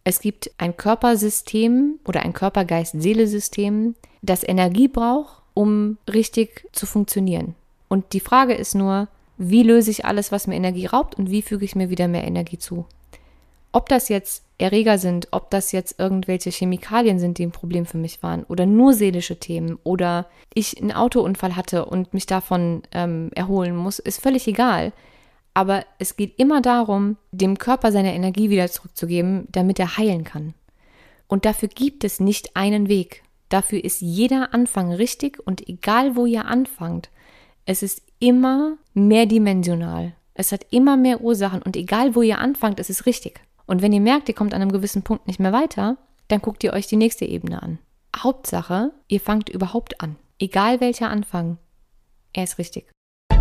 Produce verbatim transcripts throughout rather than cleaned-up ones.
Es gibt ein Körpersystem oder ein Körper-Geist-Seele-System, das Energie braucht, um richtig zu funktionieren. Und die Frage ist nur, wie löse ich alles, was mir Energie raubt und wie füge ich mir wieder mehr Energie zu? Ob das jetzt Erreger sind, ob das jetzt irgendwelche Chemikalien sind, die ein Problem für mich waren oder nur seelische Themen oder ich einen Autounfall hatte und mich davon ähm, erholen muss, ist völlig egal. Aber es geht immer darum, dem Körper seine Energie wieder zurückzugeben, damit er heilen kann. Und dafür gibt es nicht einen Weg. Dafür ist jeder Anfang richtig und egal, wo ihr anfangt, es ist immer mehrdimensional. Es hat immer mehr Ursachen und egal, wo ihr anfangt, es ist richtig. Und wenn ihr merkt, ihr kommt an einem gewissen Punkt nicht mehr weiter, dann guckt ihr euch die nächste Ebene an. Hauptsache, ihr fangt überhaupt an. Egal welcher Anfang, er ist richtig.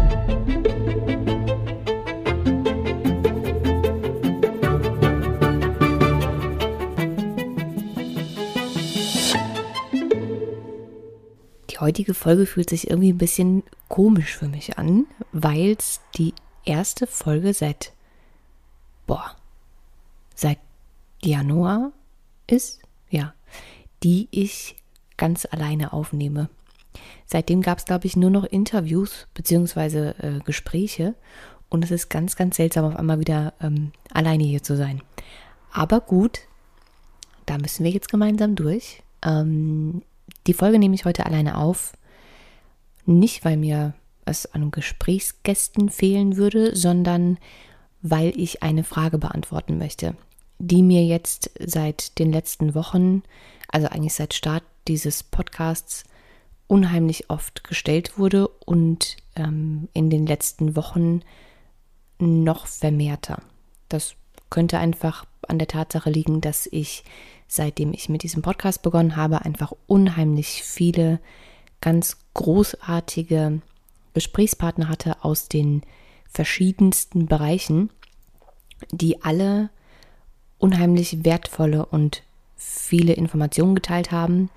Die heutige Folge fühlt sich irgendwie ein bisschen komisch für mich an, weil es die erste Folge seit, boah, seit Januar ist, ja, die ich ganz alleine aufnehme. Seitdem gab es, glaube ich, nur noch Interviews bzw. Äh, Gespräche und es ist ganz, ganz seltsam, auf einmal wieder ähm, alleine hier zu sein. Aber gut, da müssen wir jetzt gemeinsam durch. Ähm, die Folge nehme ich heute alleine auf, nicht weil mir es an Gesprächsgästen fehlen würde, sondern weil ich eine Frage beantworten möchte, die mir jetzt seit den letzten Wochen, also eigentlich seit Start dieses Podcasts, unheimlich oft gestellt wurde und ähm, in den letzten Wochen noch vermehrter. Das könnte einfach an der Tatsache liegen, dass ich, seitdem ich mit diesem Podcast begonnen habe, einfach unheimlich viele ganz großartige Gesprächspartner hatte aus den verschiedensten Bereichen, die alle unheimlich wertvolle und viele Informationen geteilt haben,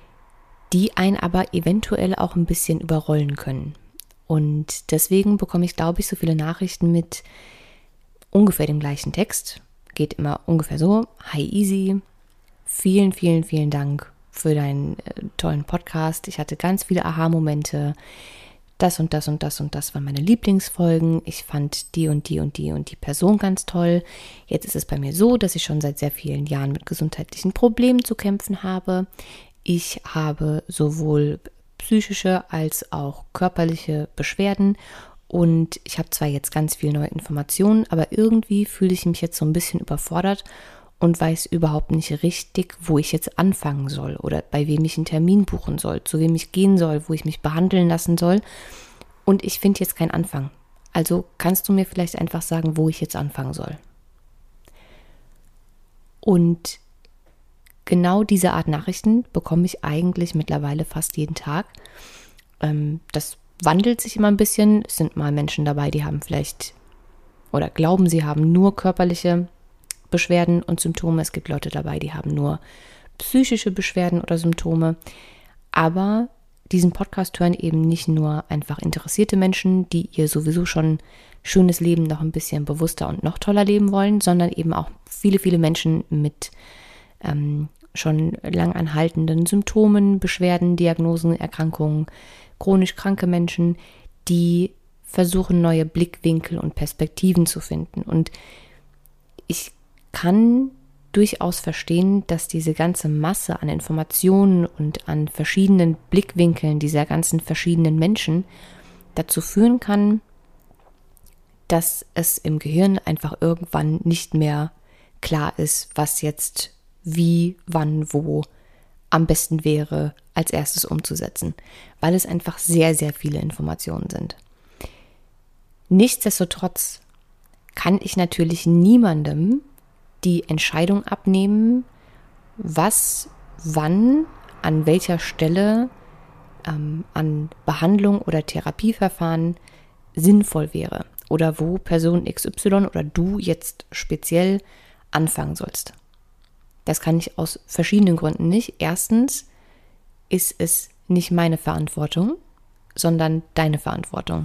die einen aber eventuell auch ein bisschen überrollen können. Und deswegen bekomme ich, glaube ich, so viele Nachrichten mit ungefähr dem gleichen Text. Geht immer ungefähr so: Hi Easy, vielen, vielen, vielen Dank für deinen äh, tollen Podcast. Ich hatte ganz viele Aha-Momente. Das und das und das und das waren meine Lieblingsfolgen. Ich fand die und die und die und die Person ganz toll. Jetzt ist es bei mir so, dass ich schon seit sehr vielen Jahren mit gesundheitlichen Problemen zu kämpfen habe. Ich habe sowohl psychische als auch körperliche Beschwerden und ich habe zwar jetzt ganz viele neue Informationen, aber irgendwie fühle ich mich jetzt so ein bisschen überfordert und weiß überhaupt nicht richtig, wo ich jetzt anfangen soll oder bei wem ich einen Termin buchen soll, zu wem ich gehen soll, wo ich mich behandeln lassen soll. Und ich finde jetzt keinen Anfang. Also kannst du mir vielleicht einfach sagen, wo ich jetzt anfangen soll? Und genau diese Art Nachrichten bekomme ich eigentlich mittlerweile fast jeden Tag. Ähm, das wandelt sich immer ein bisschen. Es sind mal Menschen dabei, die haben vielleicht oder glauben, sie haben nur körperliche Beschwerden und Symptome. Es gibt Leute dabei, die haben nur psychische Beschwerden oder Symptome. Aber diesen Podcast hören eben nicht nur einfach interessierte Menschen, die ihr sowieso schon schönes Leben noch ein bisschen bewusster und noch toller leben wollen, sondern eben auch viele, viele Menschen mit ähm, schon lang anhaltenden Symptomen, Beschwerden, Diagnosen, Erkrankungen, chronisch kranke Menschen, die versuchen, neue Blickwinkel und Perspektiven zu finden. Und ich kann durchaus verstehen, dass diese ganze Masse an Informationen und an verschiedenen Blickwinkeln dieser ganzen verschiedenen Menschen dazu führen kann, dass es im Gehirn einfach irgendwann nicht mehr klar ist, was jetzt wie, wann, wo am besten wäre, als erstes umzusetzen, weil es einfach sehr, sehr viele Informationen sind. Nichtsdestotrotz kann ich natürlich niemandem die Entscheidung abnehmen, was, wann, an welcher Stelle ähm, an Behandlung oder Therapieverfahren sinnvoll wäre oder wo Person X Y oder du jetzt speziell anfangen sollst. Das kann ich aus verschiedenen Gründen nicht. Erstens ist es nicht meine Verantwortung, sondern deine Verantwortung.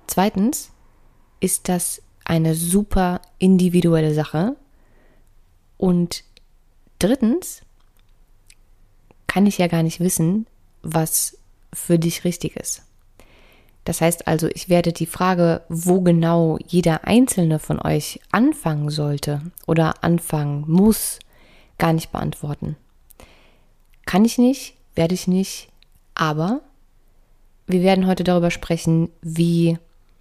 Zweitens ist das eine super individuelle Sache Und drittens kann ich ja gar nicht wissen, was für dich richtig ist. Das heißt also, ich werde die Frage, wo genau jeder einzelne von euch anfangen sollte oder anfangen muss, gar nicht beantworten. Kann ich nicht, werde ich nicht, aber wir werden heute darüber sprechen, wie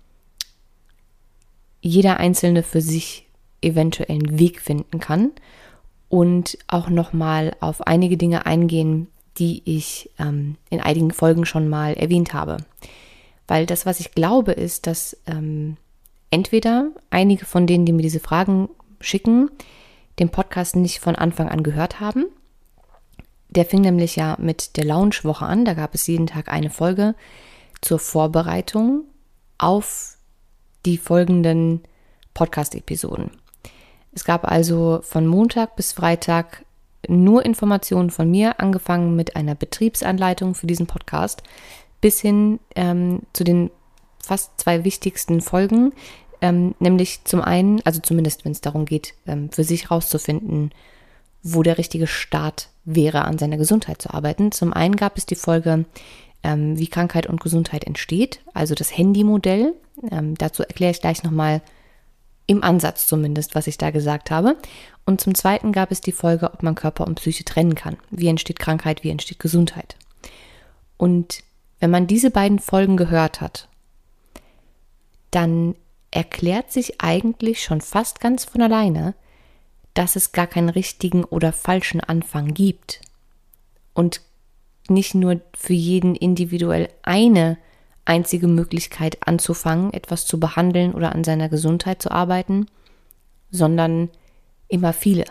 jeder Einzelne für sich eventuell einen Weg finden kann und auch nochmal auf einige Dinge eingehen, die ich ähm, in einigen Folgen schon mal erwähnt habe. Weil das, was ich glaube, ist, dass ähm, entweder einige von denen, die mir diese Fragen schicken, den Podcast nicht von Anfang an gehört haben. Der fing nämlich ja mit der Launchwoche an. Da gab es jeden Tag eine Folge zur Vorbereitung auf die folgenden Podcast-Episoden. Es gab also von Montag bis Freitag nur Informationen von mir, angefangen mit einer Betriebsanleitung für diesen Podcast, bis hin ähm, zu den fast zwei wichtigsten Folgen, ähm, nämlich zum einen, also zumindest wenn es darum geht, ähm, für sich rauszufinden, wo der richtige Start wäre, an seiner Gesundheit zu arbeiten. Zum einen gab es die Folge, ähm, wie Krankheit und Gesundheit entsteht, also das Handy-Modell. Ähm, dazu erkläre ich gleich nochmal im Ansatz zumindest, was ich da gesagt habe. Und zum zweiten gab es die Folge, ob man Körper und Psyche trennen kann. Wie entsteht Krankheit, wie entsteht Gesundheit? Und wenn man diese beiden Folgen gehört hat, dann erklärt sich eigentlich schon fast ganz von alleine, dass es gar keinen richtigen oder falschen Anfang gibt. Und nicht nur für jeden individuell eine einzige Möglichkeit anzufangen, etwas zu behandeln oder an seiner Gesundheit zu arbeiten, sondern immer viele.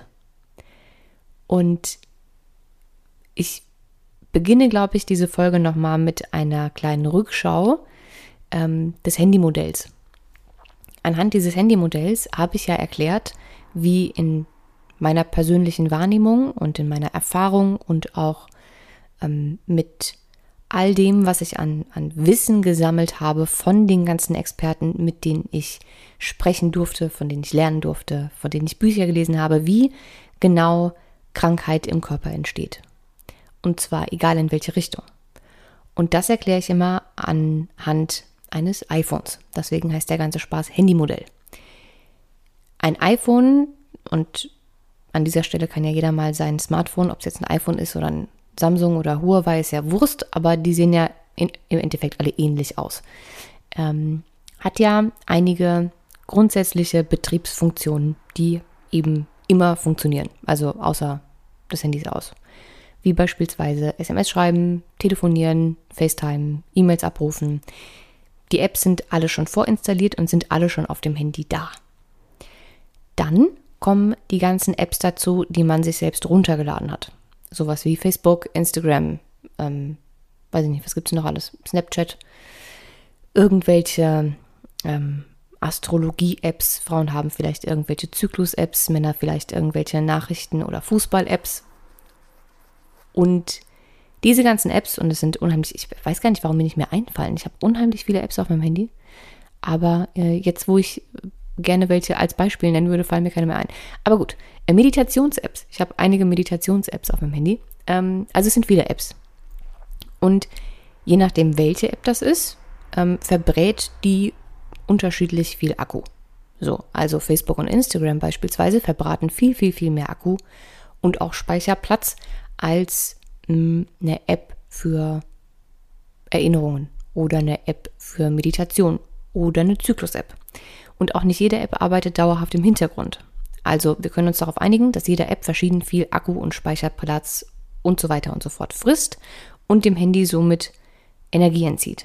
Und ich beginne, glaube ich, diese Folge nochmal mit einer kleinen Rückschau ähm, des Handymodells. Anhand dieses Handymodells habe ich ja erklärt, wie in meiner persönlichen Wahrnehmung und in meiner Erfahrung und auch ähm, mit all dem, was ich an, an Wissen gesammelt habe von den ganzen Experten, mit denen ich sprechen durfte, von denen ich lernen durfte, von denen ich Bücher gelesen habe, wie genau Krankheit im Körper entsteht. Und zwar egal in welche Richtung. Und das erkläre ich immer anhand eines iPhones. Deswegen heißt der ganze Spaß Handymodell. Ein iPhone, und an dieser Stelle kann ja jeder mal sein Smartphone, ob es jetzt ein iPhone ist oder ein Samsung oder Huawei, ist ja Wurst, aber die sehen ja in, im Endeffekt alle ähnlich aus. Ähm, hat ja einige grundsätzliche Betriebsfunktionen, die eben immer funktionieren, also außer des Handys aus. Wie beispielsweise S M S schreiben, telefonieren, FaceTime, E-Mails abrufen. Die Apps sind alle schon vorinstalliert und sind alle schon auf dem Handy da. Dann kommen die ganzen Apps dazu, die man sich selbst runtergeladen hat. Sowas wie Facebook, Instagram, ähm, weiß ich nicht, was gibt es noch alles? Snapchat, irgendwelche ähm, Astrologie-Apps. Frauen haben vielleicht irgendwelche Zyklus-Apps, Männer vielleicht irgendwelche Nachrichten- oder Fußball-Apps. Und diese ganzen Apps, und es sind unheimlich, ich weiß gar nicht, warum mir nicht mehr einfallen. Ich habe unheimlich viele Apps auf meinem Handy, aber äh, jetzt, wo ich gerne welche als Beispiel nennen würde, fallen mir keine mehr ein. Aber gut, äh, Meditations-Apps. Ich habe einige Meditations-Apps auf meinem Handy. Ähm, also es sind viele Apps. Und je nachdem, welche App das ist, ähm, verbrät die unterschiedlich viel Akku. So, also Facebook und Instagram beispielsweise verbraten viel, viel, viel mehr Akku und auch Speicherplatz als mh, eine App für Erinnerungen oder eine App für Meditation oder eine Zyklus-App. Und auch nicht jede App arbeitet dauerhaft im Hintergrund. Also wir können uns darauf einigen, dass jede App verschieden viel Akku und Speicherplatz und so weiter und so fort frisst und dem Handy somit Energie entzieht.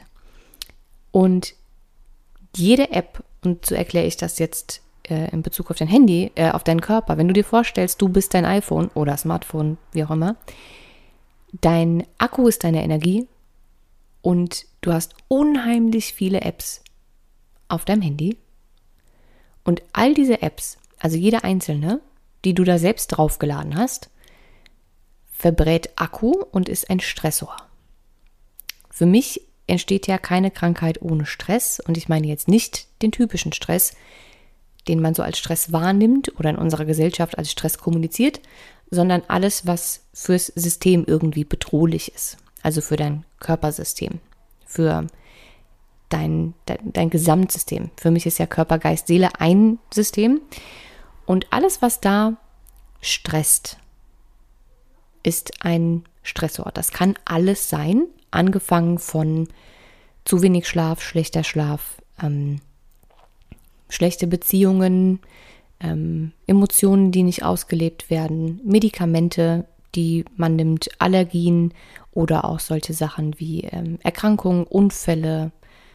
Und jede App, und so erkläre ich das jetzt äh, in Bezug auf dein Handy, äh, auf deinen Körper, wenn du dir vorstellst, du bist dein iPhone oder Smartphone, wie auch immer, dein Akku ist deine Energie und du hast unheimlich viele Apps auf deinem Handy. Und all diese Apps, also jede einzelne, die du da selbst draufgeladen hast, verbrät Akku und ist ein Stressor. Für mich entsteht ja keine Krankheit ohne Stress und ich meine jetzt nicht den typischen Stress, den man so als Stress wahrnimmt oder in unserer Gesellschaft als Stress kommuniziert, sondern alles, was fürs System irgendwie bedrohlich ist. Also für dein Körpersystem, für dein, dein, dein Gesamtsystem. Für mich ist ja Körper, Geist, Seele ein System. Und alles, was da stresst, ist ein Stressor. Das kann alles sein, angefangen von zu wenig Schlaf, schlechter Schlaf, ähm, schlechte Beziehungen, ähm, Emotionen, die nicht ausgelebt werden, Medikamente, die man nimmt, Allergien oder auch solche Sachen wie ähm, Erkrankungen, Unfälle,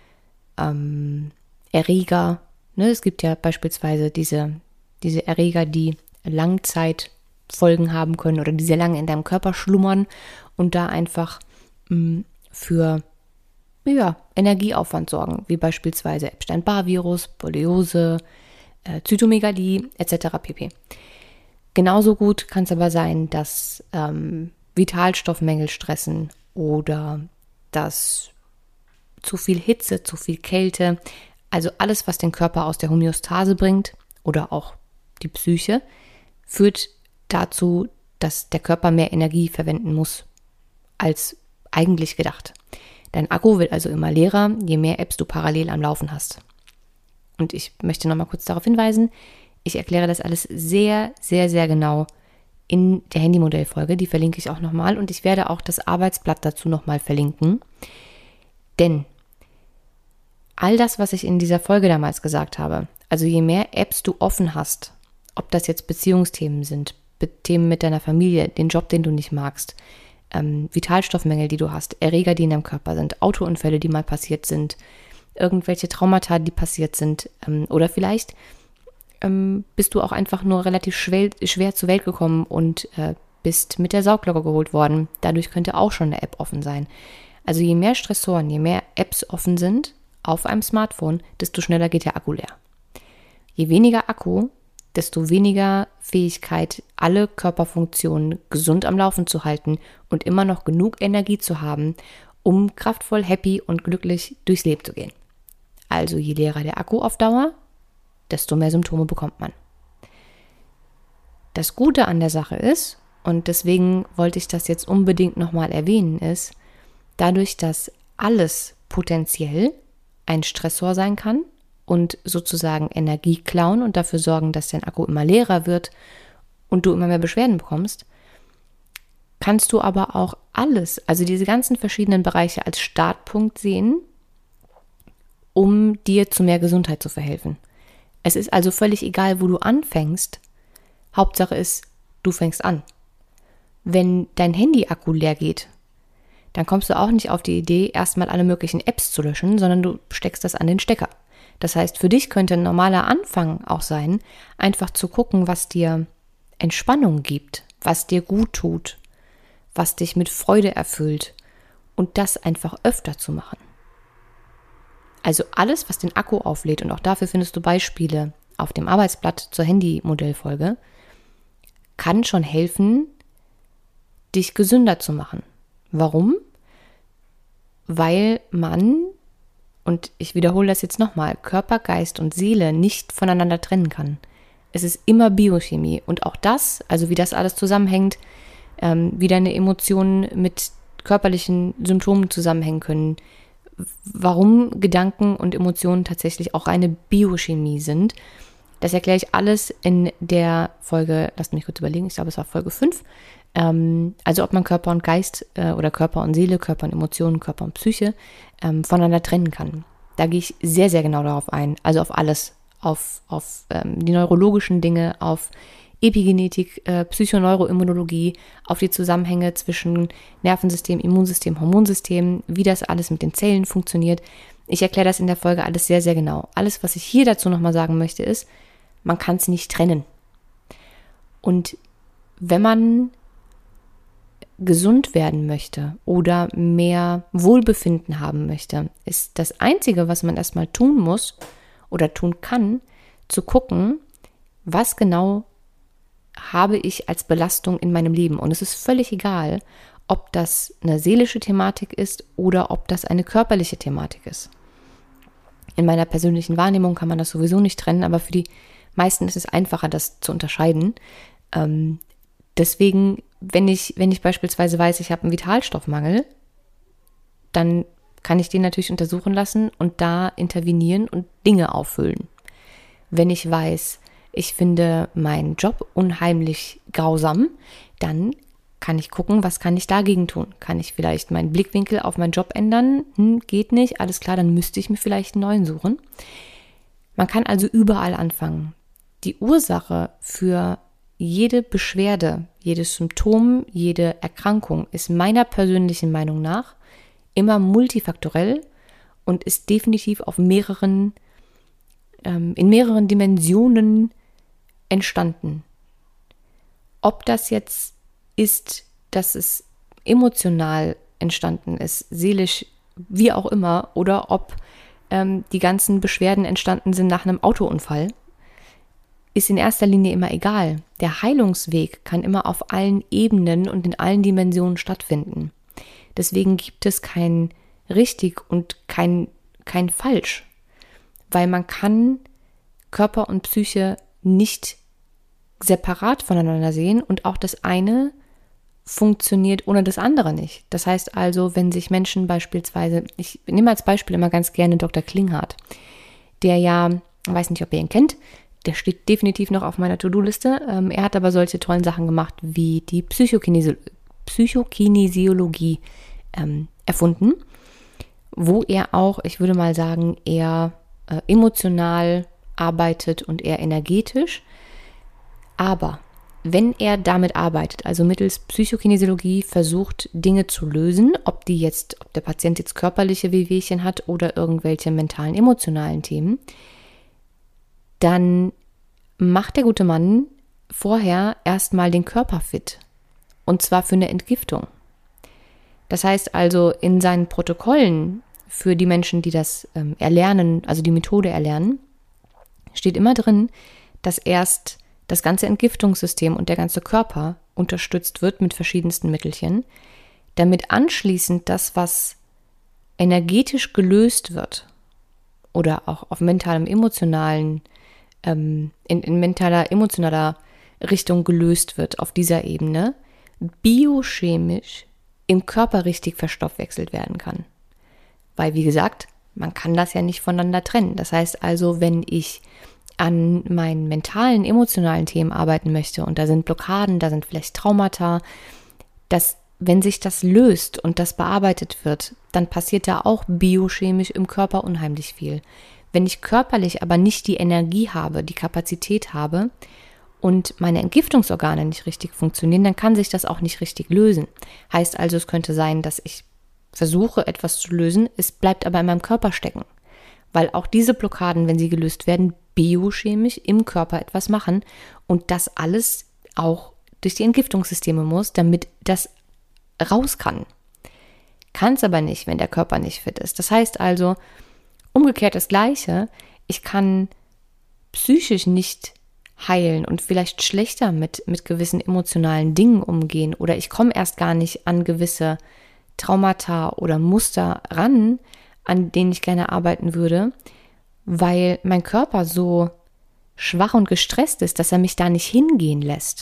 ähm, Erreger. Ne? Es gibt ja beispielsweise diese, diese Erreger, die Langzeitfolgen haben können oder die sehr lange in deinem Körper schlummern und da einfach mh, für ja, Energieaufwand sorgen, wie beispielsweise Epstein-Barr-Virus, Borreliose, äh, Zytomegalie et cetera pp. Genauso gut kann es aber sein, dass ähm, Vitalstoffmängel stressen oder dass zu viel Hitze, zu viel Kälte, also alles, was den Körper aus der Homöostase bringt oder auch die Psyche, führt dazu, dass der Körper mehr Energie verwenden muss als eigentlich gedacht. Dein Akku wird also immer leerer, je mehr Apps du parallel am Laufen hast. Und ich möchte nochmal kurz darauf hinweisen, ich erkläre das alles sehr, sehr, sehr genau in der Handymodellfolge. Die verlinke ich auch nochmal und ich werde auch das Arbeitsblatt dazu nochmal verlinken. Denn all das, was ich in dieser Folge damals gesagt habe, also je mehr Apps du offen hast, ob das jetzt Beziehungsthemen sind, Themen mit deiner Familie, den Job, den du nicht magst, Ähm, Vitalstoffmängel, die du hast, Erreger, die in deinem Körper sind, Autounfälle, die mal passiert sind, irgendwelche Traumata, die passiert sind ähm, oder vielleicht ähm, bist du auch einfach nur relativ schwer, schwer zur Welt gekommen und äh, bist mit der Sauglocke geholt worden. Dadurch könnte auch schon eine App offen sein. Also je mehr Stressoren, je mehr Apps offen sind auf einem Smartphone, desto schneller geht der Akku leer. Je weniger Akku, desto weniger Fähigkeit, alle Körperfunktionen gesund am Laufen zu halten und immer noch genug Energie zu haben, um kraftvoll, happy und glücklich durchs Leben zu gehen. Also je leerer der Akku auf Dauer, desto mehr Symptome bekommt man. Das Gute an der Sache ist, und deswegen wollte ich das jetzt unbedingt nochmal erwähnen, ist, dadurch, dass alles potenziell ein Stressor sein kann, und sozusagen Energie klauen und dafür sorgen, dass dein Akku immer leerer wird und du immer mehr Beschwerden bekommst, kannst du aber auch alles, also diese ganzen verschiedenen Bereiche als Startpunkt sehen, um dir zu mehr Gesundheit zu verhelfen. Es ist also völlig egal, wo du anfängst. Hauptsache ist, du fängst an. Wenn dein Handy-Akku leer geht, dann kommst du auch nicht auf die Idee, erstmal alle möglichen Apps zu löschen, sondern du steckst das an den Stecker. Das heißt, für dich könnte ein normaler Anfang auch sein, einfach zu gucken, was dir Entspannung gibt, was dir gut tut, was dich mit Freude erfüllt und das einfach öfter zu machen. Also alles, was den Akku auflädt, und auch dafür findest du Beispiele auf dem Arbeitsblatt zur Handy-Modellfolge, kann schon helfen, dich gesünder zu machen. Warum? Weil man, und ich wiederhole das jetzt nochmal, Körper, Geist und Seele nicht voneinander trennen kann. Es ist immer Biochemie. Und auch das, also wie das alles zusammenhängt, ähm, wie deine Emotionen mit körperlichen Symptomen zusammenhängen können, warum Gedanken und Emotionen tatsächlich auch reine Biochemie sind, das erkläre ich alles in der Folge, lasst mich kurz überlegen, ich glaube, es war Folge fünf. Ähm, also ob man Körper und Geist äh, oder Körper und Seele, Körper und Emotionen, Körper und Psyche ähm, voneinander trennen kann. Da gehe ich sehr, sehr genau darauf ein, also auf alles, auf, auf ähm, die neurologischen Dinge, auf Epigenetik, äh, Psychoneuroimmunologie, auf die Zusammenhänge zwischen Nervensystem, Immunsystem, Hormonsystem, wie das alles mit den Zellen funktioniert. Ich erkläre das in der Folge alles sehr, sehr genau. Alles, was ich hier dazu nochmal sagen möchte, ist, man kann es nicht trennen. Und wenn man gesund werden möchte oder mehr Wohlbefinden haben möchte, ist das Einzige, was man erstmal tun muss oder tun kann, zu gucken, was genau habe ich als Belastung in meinem Leben. Und es ist völlig egal, ob das eine seelische Thematik ist oder ob das eine körperliche Thematik ist. In meiner persönlichen Wahrnehmung kann man das sowieso nicht trennen, aber für die Meistens ist es einfacher, das zu unterscheiden. Ähm, deswegen, wenn ich, wenn ich beispielsweise weiß, ich habe einen Vitalstoffmangel, dann kann ich den natürlich untersuchen lassen und da intervenieren und Dinge auffüllen. Wenn ich weiß, ich finde meinen Job unheimlich grausam, dann kann ich gucken, was kann ich dagegen tun? Kann ich vielleicht meinen Blickwinkel auf meinen Job ändern? Hm, geht nicht, alles klar, dann müsste ich mir vielleicht einen neuen suchen. Man kann also überall anfangen. Die Ursache für jede Beschwerde, jedes Symptom, jede Erkrankung ist meiner persönlichen Meinung nach immer multifaktorell und ist definitiv auf mehreren, ähm, in mehreren Dimensionen entstanden. Ob das jetzt ist, dass es emotional entstanden ist, seelisch, wie auch immer, oder ob ähm, die ganzen Beschwerden entstanden sind nach einem Autounfall, ist in erster Linie immer egal. Der Heilungsweg kann immer auf allen Ebenen und in allen Dimensionen stattfinden. Deswegen gibt es kein richtig und kein, kein falsch, weil man kann Körper und Psyche nicht separat voneinander sehen und auch das eine funktioniert ohne das andere nicht. Das heißt also, wenn sich Menschen beispielsweise, ich nehme als Beispiel immer ganz gerne Doktor Klinghardt, der ja, ich weiß nicht, ob ihr ihn kennt, der steht definitiv noch auf meiner To-Do-Liste. Ähm, er hat aber solche tollen Sachen gemacht wie die Psychokinesi- Psychokinesiologie ähm, erfunden, wo er auch, ich würde mal sagen, eher äh, emotional arbeitet und eher energetisch. Aber wenn er damit arbeitet, also mittels Psychokinesiologie versucht, Dinge zu lösen, ob die jetzt, ob der Patient jetzt körperliche Wehwehchen hat oder irgendwelche mentalen, emotionalen Themen, dann macht der gute Mann vorher erstmal den Körper fit. Und zwar für eine Entgiftung. Das heißt also, in seinen Protokollen für die Menschen, die das ähm, erlernen, also die Methode erlernen, steht immer drin, dass erst das ganze Entgiftungssystem und der ganze Körper unterstützt wird mit verschiedensten Mittelchen, damit anschließend das, was energetisch gelöst wird oder auch auf mentalem, emotionalen, ähm, in, in mentaler, emotionaler Richtung gelöst wird auf dieser Ebene, biochemisch im Körper richtig verstoffwechselt werden kann. Weil, wie gesagt, man kann das ja nicht voneinander trennen. Das heißt also, wenn ich an meinen mentalen, emotionalen Themen arbeiten möchte und da sind Blockaden, da sind vielleicht Traumata, dass, wenn sich das löst und das bearbeitet wird, dann passiert da auch biochemisch im Körper unheimlich viel. Wenn ich körperlich aber nicht die Energie habe, die Kapazität habe und meine Entgiftungsorgane nicht richtig funktionieren, dann kann sich das auch nicht richtig lösen. Heißt also, es könnte sein, dass ich versuche, etwas zu lösen, es bleibt aber in meinem Körper stecken. Weil auch diese Blockaden, wenn sie gelöst werden, biochemisch im Körper etwas machen und das alles auch durch die Entgiftungssysteme muss, damit das raus kann. Kann es aber nicht, wenn der Körper nicht fit ist. Das heißt also, umgekehrt das Gleiche, ich kann psychisch nicht heilen und vielleicht schlechter mit, mit gewissen emotionalen Dingen umgehen oder ich komme erst gar nicht an gewisse Traumata oder Muster ran, an denen ich gerne arbeiten würde, weil mein Körper so schwach und gestresst ist, dass er mich da nicht hingehen lässt.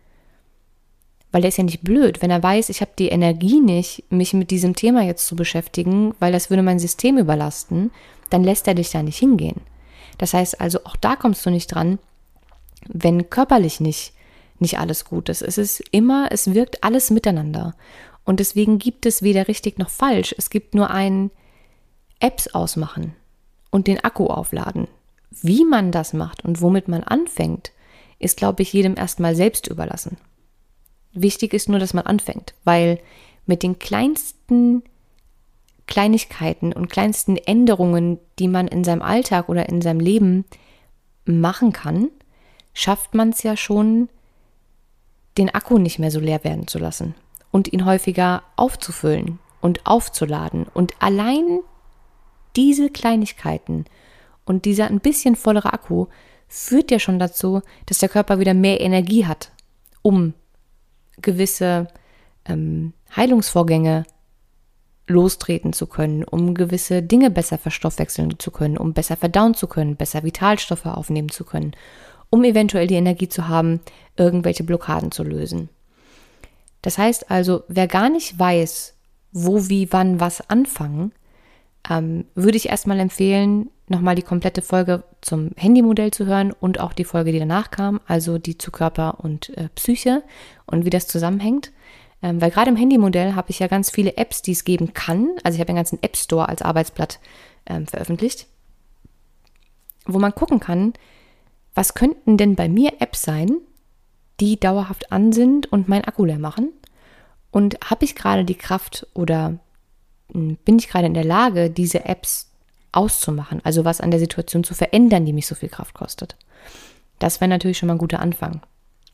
Weil der ist ja nicht blöd, wenn er weiß, ich habe die Energie nicht, mich mit diesem Thema jetzt zu beschäftigen, weil das würde mein System überlasten, dann lässt er dich da nicht hingehen. Das heißt also, auch da kommst du nicht dran, wenn körperlich nicht, nicht alles gut ist. Es ist immer, es wirkt alles miteinander. Und deswegen gibt es weder richtig noch falsch. Es gibt nur ein Apps ausmachen und den Akku aufladen. Wie man das macht und womit man anfängt, ist, glaube ich, jedem erstmal selbst überlassen. Wichtig ist nur, dass man anfängt, weil mit den kleinsten Kleinigkeiten und kleinsten Änderungen, die man in seinem Alltag oder in seinem Leben machen kann, schafft man es ja schon, den Akku nicht mehr so leer werden zu lassen und ihn häufiger aufzufüllen und aufzuladen. Und allein diese Kleinigkeiten und dieser ein bisschen vollere Akku führt ja schon dazu, dass der Körper wieder mehr Energie hat, um gewisse ähm, Heilungsvorgänge lostreten zu können, um gewisse Dinge besser verstoffwechseln zu können, um besser verdauen zu können, besser Vitalstoffe aufnehmen zu können, um eventuell die Energie zu haben, irgendwelche Blockaden zu lösen. Das heißt also, wer gar nicht weiß, wo, wie, wann, was anfangen, ähm, würde ich erstmal empfehlen, nochmal die komplette Folge zum Handymodell zu hören und auch die Folge, die danach kam, also die zu Körper und äh, Psyche und wie das zusammenhängt. Ähm, weil gerade im Handymodell habe ich ja ganz viele Apps, die es geben kann. Also ich habe den ganzen App Store als Arbeitsblatt ähm, veröffentlicht, wo man gucken kann, was könnten denn bei mir Apps sein, die dauerhaft an sind und mein Akku leer machen? Und habe ich gerade die Kraft oder mh, bin ich gerade in der Lage, diese Apps auszumachen? Also was an der Situation zu verändern, die mich so viel Kraft kostet? Das wäre natürlich schon mal ein guter Anfang.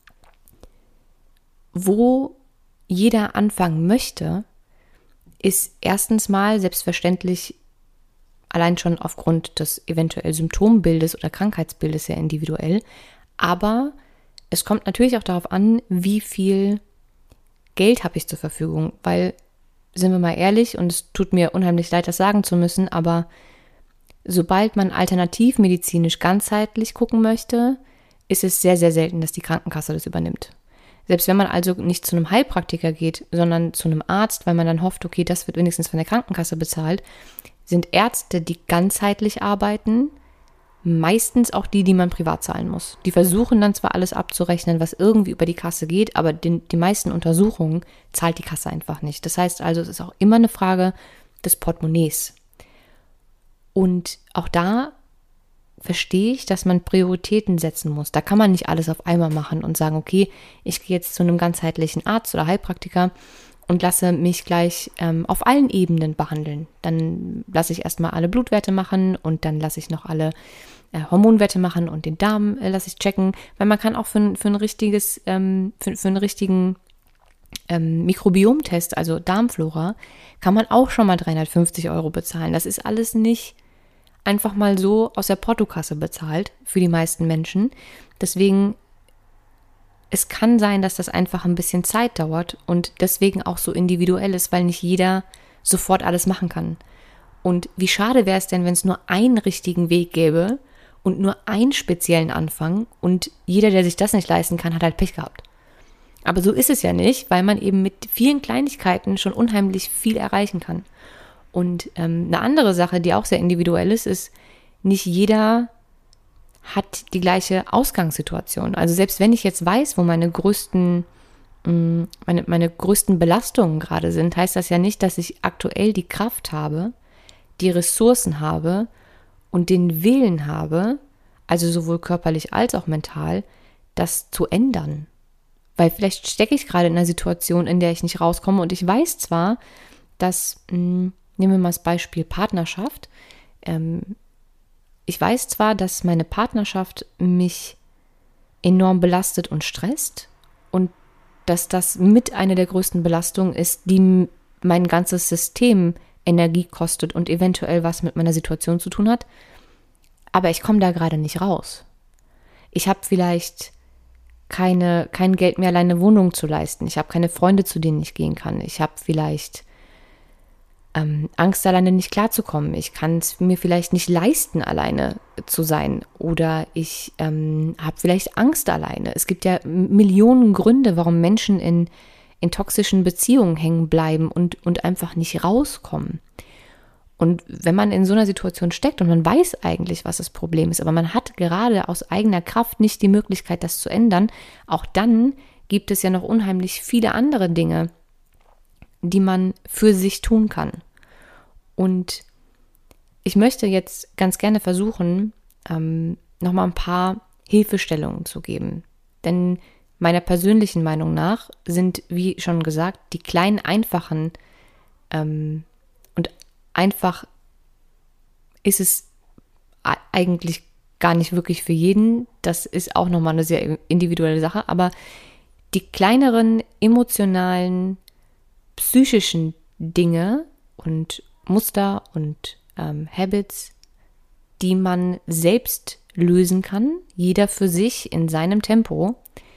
Wo jeder anfangen möchte, ist erstens mal selbstverständlich allein schon aufgrund des eventuell Symptombildes oder Krankheitsbildes sehr individuell, aber es kommt natürlich auch darauf an, wie viel Geld habe ich zur Verfügung, weil, sind wir mal ehrlich, und es tut mir unheimlich leid, das sagen zu müssen, aber sobald man alternativmedizinisch ganzheitlich gucken möchte, ist es sehr, sehr selten, dass die Krankenkasse das übernimmt. Selbst wenn man also nicht zu einem Heilpraktiker geht, sondern zu einem Arzt, weil man dann hofft, okay, das wird wenigstens von der Krankenkasse bezahlt, sind Ärzte, die ganzheitlich arbeiten, meistens auch die, die man privat zahlen muss. Die versuchen dann zwar alles abzurechnen, was irgendwie über die Kasse geht, aber den, die meisten Untersuchungen zahlt die Kasse einfach nicht. Das heißt also, es ist auch immer eine Frage des Portemonnaies. Und auch da verstehe ich, dass man Prioritäten setzen muss. Da kann man nicht alles auf einmal machen und sagen, okay, ich gehe jetzt zu einem ganzheitlichen Arzt oder Heilpraktiker und lasse mich gleich ähm, auf allen Ebenen behandeln. Dann lasse ich erstmal alle Blutwerte machen und dann lasse ich noch alle äh, Hormonwerte machen und den Darm äh, lasse ich checken, weil man kann auch für, für ein richtiges, ähm, für, für einen richtigen ähm, Mikrobiomtest, also Darmflora, kann man auch schon mal dreihundertfünfzig Euro bezahlen. Das ist alles nicht einfach mal so aus der Portokasse bezahlt für die meisten Menschen. Deswegen es kann sein, dass das einfach ein bisschen Zeit dauert und deswegen auch so individuell ist, weil nicht jeder sofort alles machen kann. Und wie schade wäre es denn, wenn es nur einen richtigen Weg gäbe und nur einen speziellen Anfang und jeder, der sich das nicht leisten kann, hat halt Pech gehabt. Aber so ist es ja nicht, weil man eben mit vielen Kleinigkeiten schon unheimlich viel erreichen kann. Und ähm, eine andere Sache, die auch sehr individuell ist, ist, nicht jeder hat die gleiche Ausgangssituation. Also selbst wenn ich jetzt weiß, wo meine größten, meine, meine größten Belastungen gerade sind, heißt das ja nicht, dass ich aktuell die Kraft habe, die Ressourcen habe und den Willen habe, also sowohl körperlich als auch mental, das zu ändern. Weil vielleicht stecke ich gerade in einer Situation, in der ich nicht rauskomme und ich weiß zwar, dass, mh, nehmen wir mal das Beispiel Partnerschaft, ähm, ich weiß zwar, dass meine Partnerschaft mich enorm belastet und stresst und dass das mit einer der größten Belastungen ist, die mein ganzes System Energie kostet und eventuell was mit meiner Situation zu tun hat, aber ich komme da gerade nicht raus. Ich habe vielleicht keine, kein Geld mehr, alleine eine Wohnung zu leisten. Ich habe keine Freunde, zu denen ich gehen kann. Ich habe vielleicht ähm, Angst, alleine nicht klarzukommen. Ich kann es mir vielleicht nicht leisten, alleine zu sein. Oder ich ähm, habe vielleicht Angst alleine. Es gibt ja Millionen Gründe, warum Menschen in, in toxischen Beziehungen hängen bleiben und, und einfach nicht rauskommen. Und wenn man in so einer Situation steckt und man weiß eigentlich, was das Problem ist, aber man hat gerade aus eigener Kraft nicht die Möglichkeit, das zu ändern, auch dann gibt es ja noch unheimlich viele andere Dinge, die man für sich tun kann. Und ich möchte jetzt ganz gerne versuchen, ähm, nochmal ein paar Hilfestellungen zu geben. Denn meiner persönlichen Meinung nach sind, wie schon gesagt, die kleinen, einfachen ähm, und einfach ist es eigentlich gar nicht wirklich für jeden. Das ist auch nochmal eine sehr individuelle Sache. Aber die kleineren emotionalen, psychischen Dinge und Muster und ähm, Habits, die man selbst lösen kann, jeder für sich in seinem Tempo,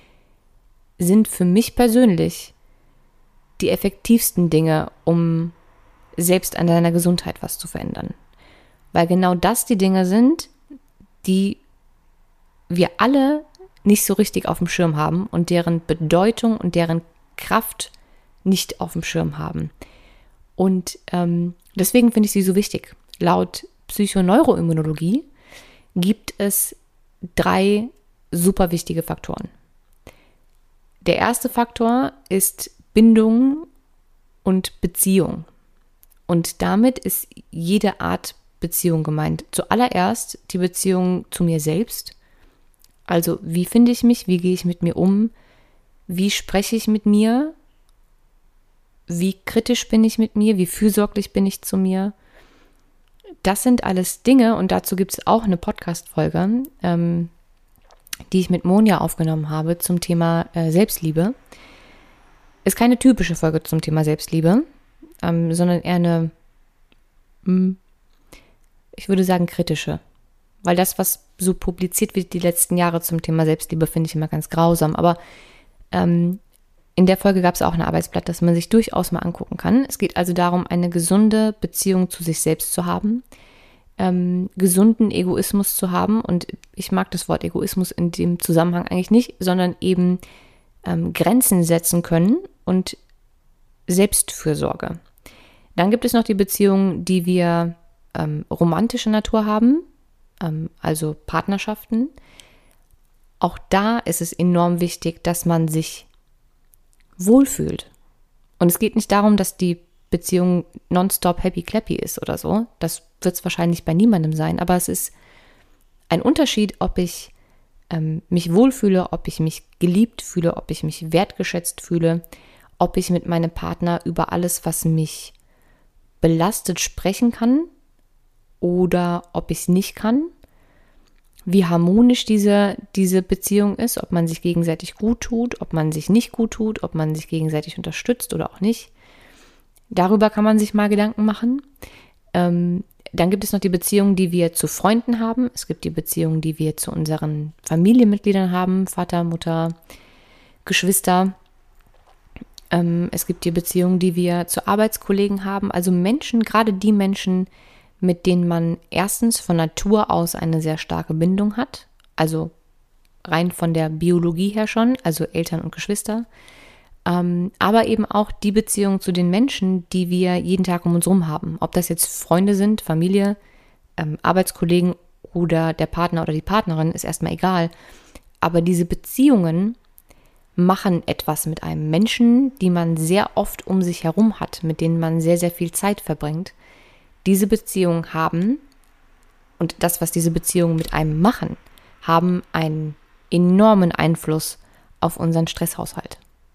sind für mich persönlich die effektivsten Dinge, um selbst an deiner Gesundheit was zu verändern. Weil genau das die Dinge sind, die wir alle nicht so richtig auf dem Schirm haben und deren Bedeutung und deren Kraft nicht auf dem Schirm haben. Und ähm, deswegen finde ich sie so wichtig. Laut Psychoneuroimmunologie gibt es drei super wichtige Faktoren. Der erste Faktor ist Bindung und Beziehung. Und damit ist jede Art Beziehung gemeint. Zuallererst die Beziehung zu mir selbst. Also wie finde ich mich, wie gehe ich mit mir um, wie spreche ich mit mir, wie kritisch bin ich mit mir, wie fürsorglich bin ich zu mir. Das sind alles Dinge und dazu gibt es auch eine Podcast-Folge, ähm, die ich mit Monja aufgenommen habe zum Thema äh, Selbstliebe. Ist keine typische Folge zum Thema Selbstliebe, ähm, sondern eher eine, mh, ich würde sagen, kritische. Weil das, was so publiziert wird die letzten Jahre zum Thema Selbstliebe, finde ich immer ganz grausam. Aber ähm, in der Folge gab es auch ein Arbeitsblatt, das man sich durchaus mal angucken kann. Es geht also darum, eine gesunde Beziehung zu sich selbst zu haben, ähm, gesunden Egoismus zu haben. Und ich mag das Wort Egoismus in dem Zusammenhang eigentlich nicht, sondern eben ähm, Grenzen setzen können und Selbstfürsorge. Dann gibt es noch die Beziehungen, die wir ähm, romantischer Natur haben, ähm, also Partnerschaften. Auch da ist es enorm wichtig, dass man sich wohlfühlt. Und es geht nicht darum, dass die Beziehung nonstop happy clappy ist oder so. Das wird es wahrscheinlich bei niemandem sein. Aber es ist ein Unterschied, ob ich ähm, mich wohlfühle, ob ich mich geliebt fühle, ob ich mich wertgeschätzt fühle, ob ich mit meinem Partner über alles, was mich belastet, sprechen kann oder ob ich es nicht kann. Wie harmonisch diese, diese Beziehung ist, ob man sich gegenseitig gut tut, ob man sich nicht gut tut, ob man sich gegenseitig unterstützt oder auch nicht. Darüber kann man sich mal Gedanken machen. Ähm, dann gibt es noch die Beziehungen, die wir zu Freunden haben. Es gibt die Beziehungen, die wir zu unseren Familienmitgliedern haben, Vater, Mutter, Geschwister. Ähm, es gibt die Beziehungen, die wir zu Arbeitskollegen haben. Also Menschen, gerade die Menschen, mit denen man erstens von Natur aus eine sehr starke Bindung hat, also rein von der Biologie her schon, also Eltern und Geschwister, ähm, aber eben auch die Beziehung zu den Menschen, die wir jeden Tag um uns herum haben. Ob das jetzt Freunde sind, Familie, ähm, Arbeitskollegen oder der Partner oder die Partnerin, ist erstmal egal. Aber diese Beziehungen machen etwas mit einem Menschen, die man sehr oft um sich herum hat, mit denen man sehr, sehr viel Zeit verbringt. Diese Beziehungen haben, und das, was diese Beziehungen mit einem machen, haben einen enormen Einfluss auf unseren Stresshaushalt.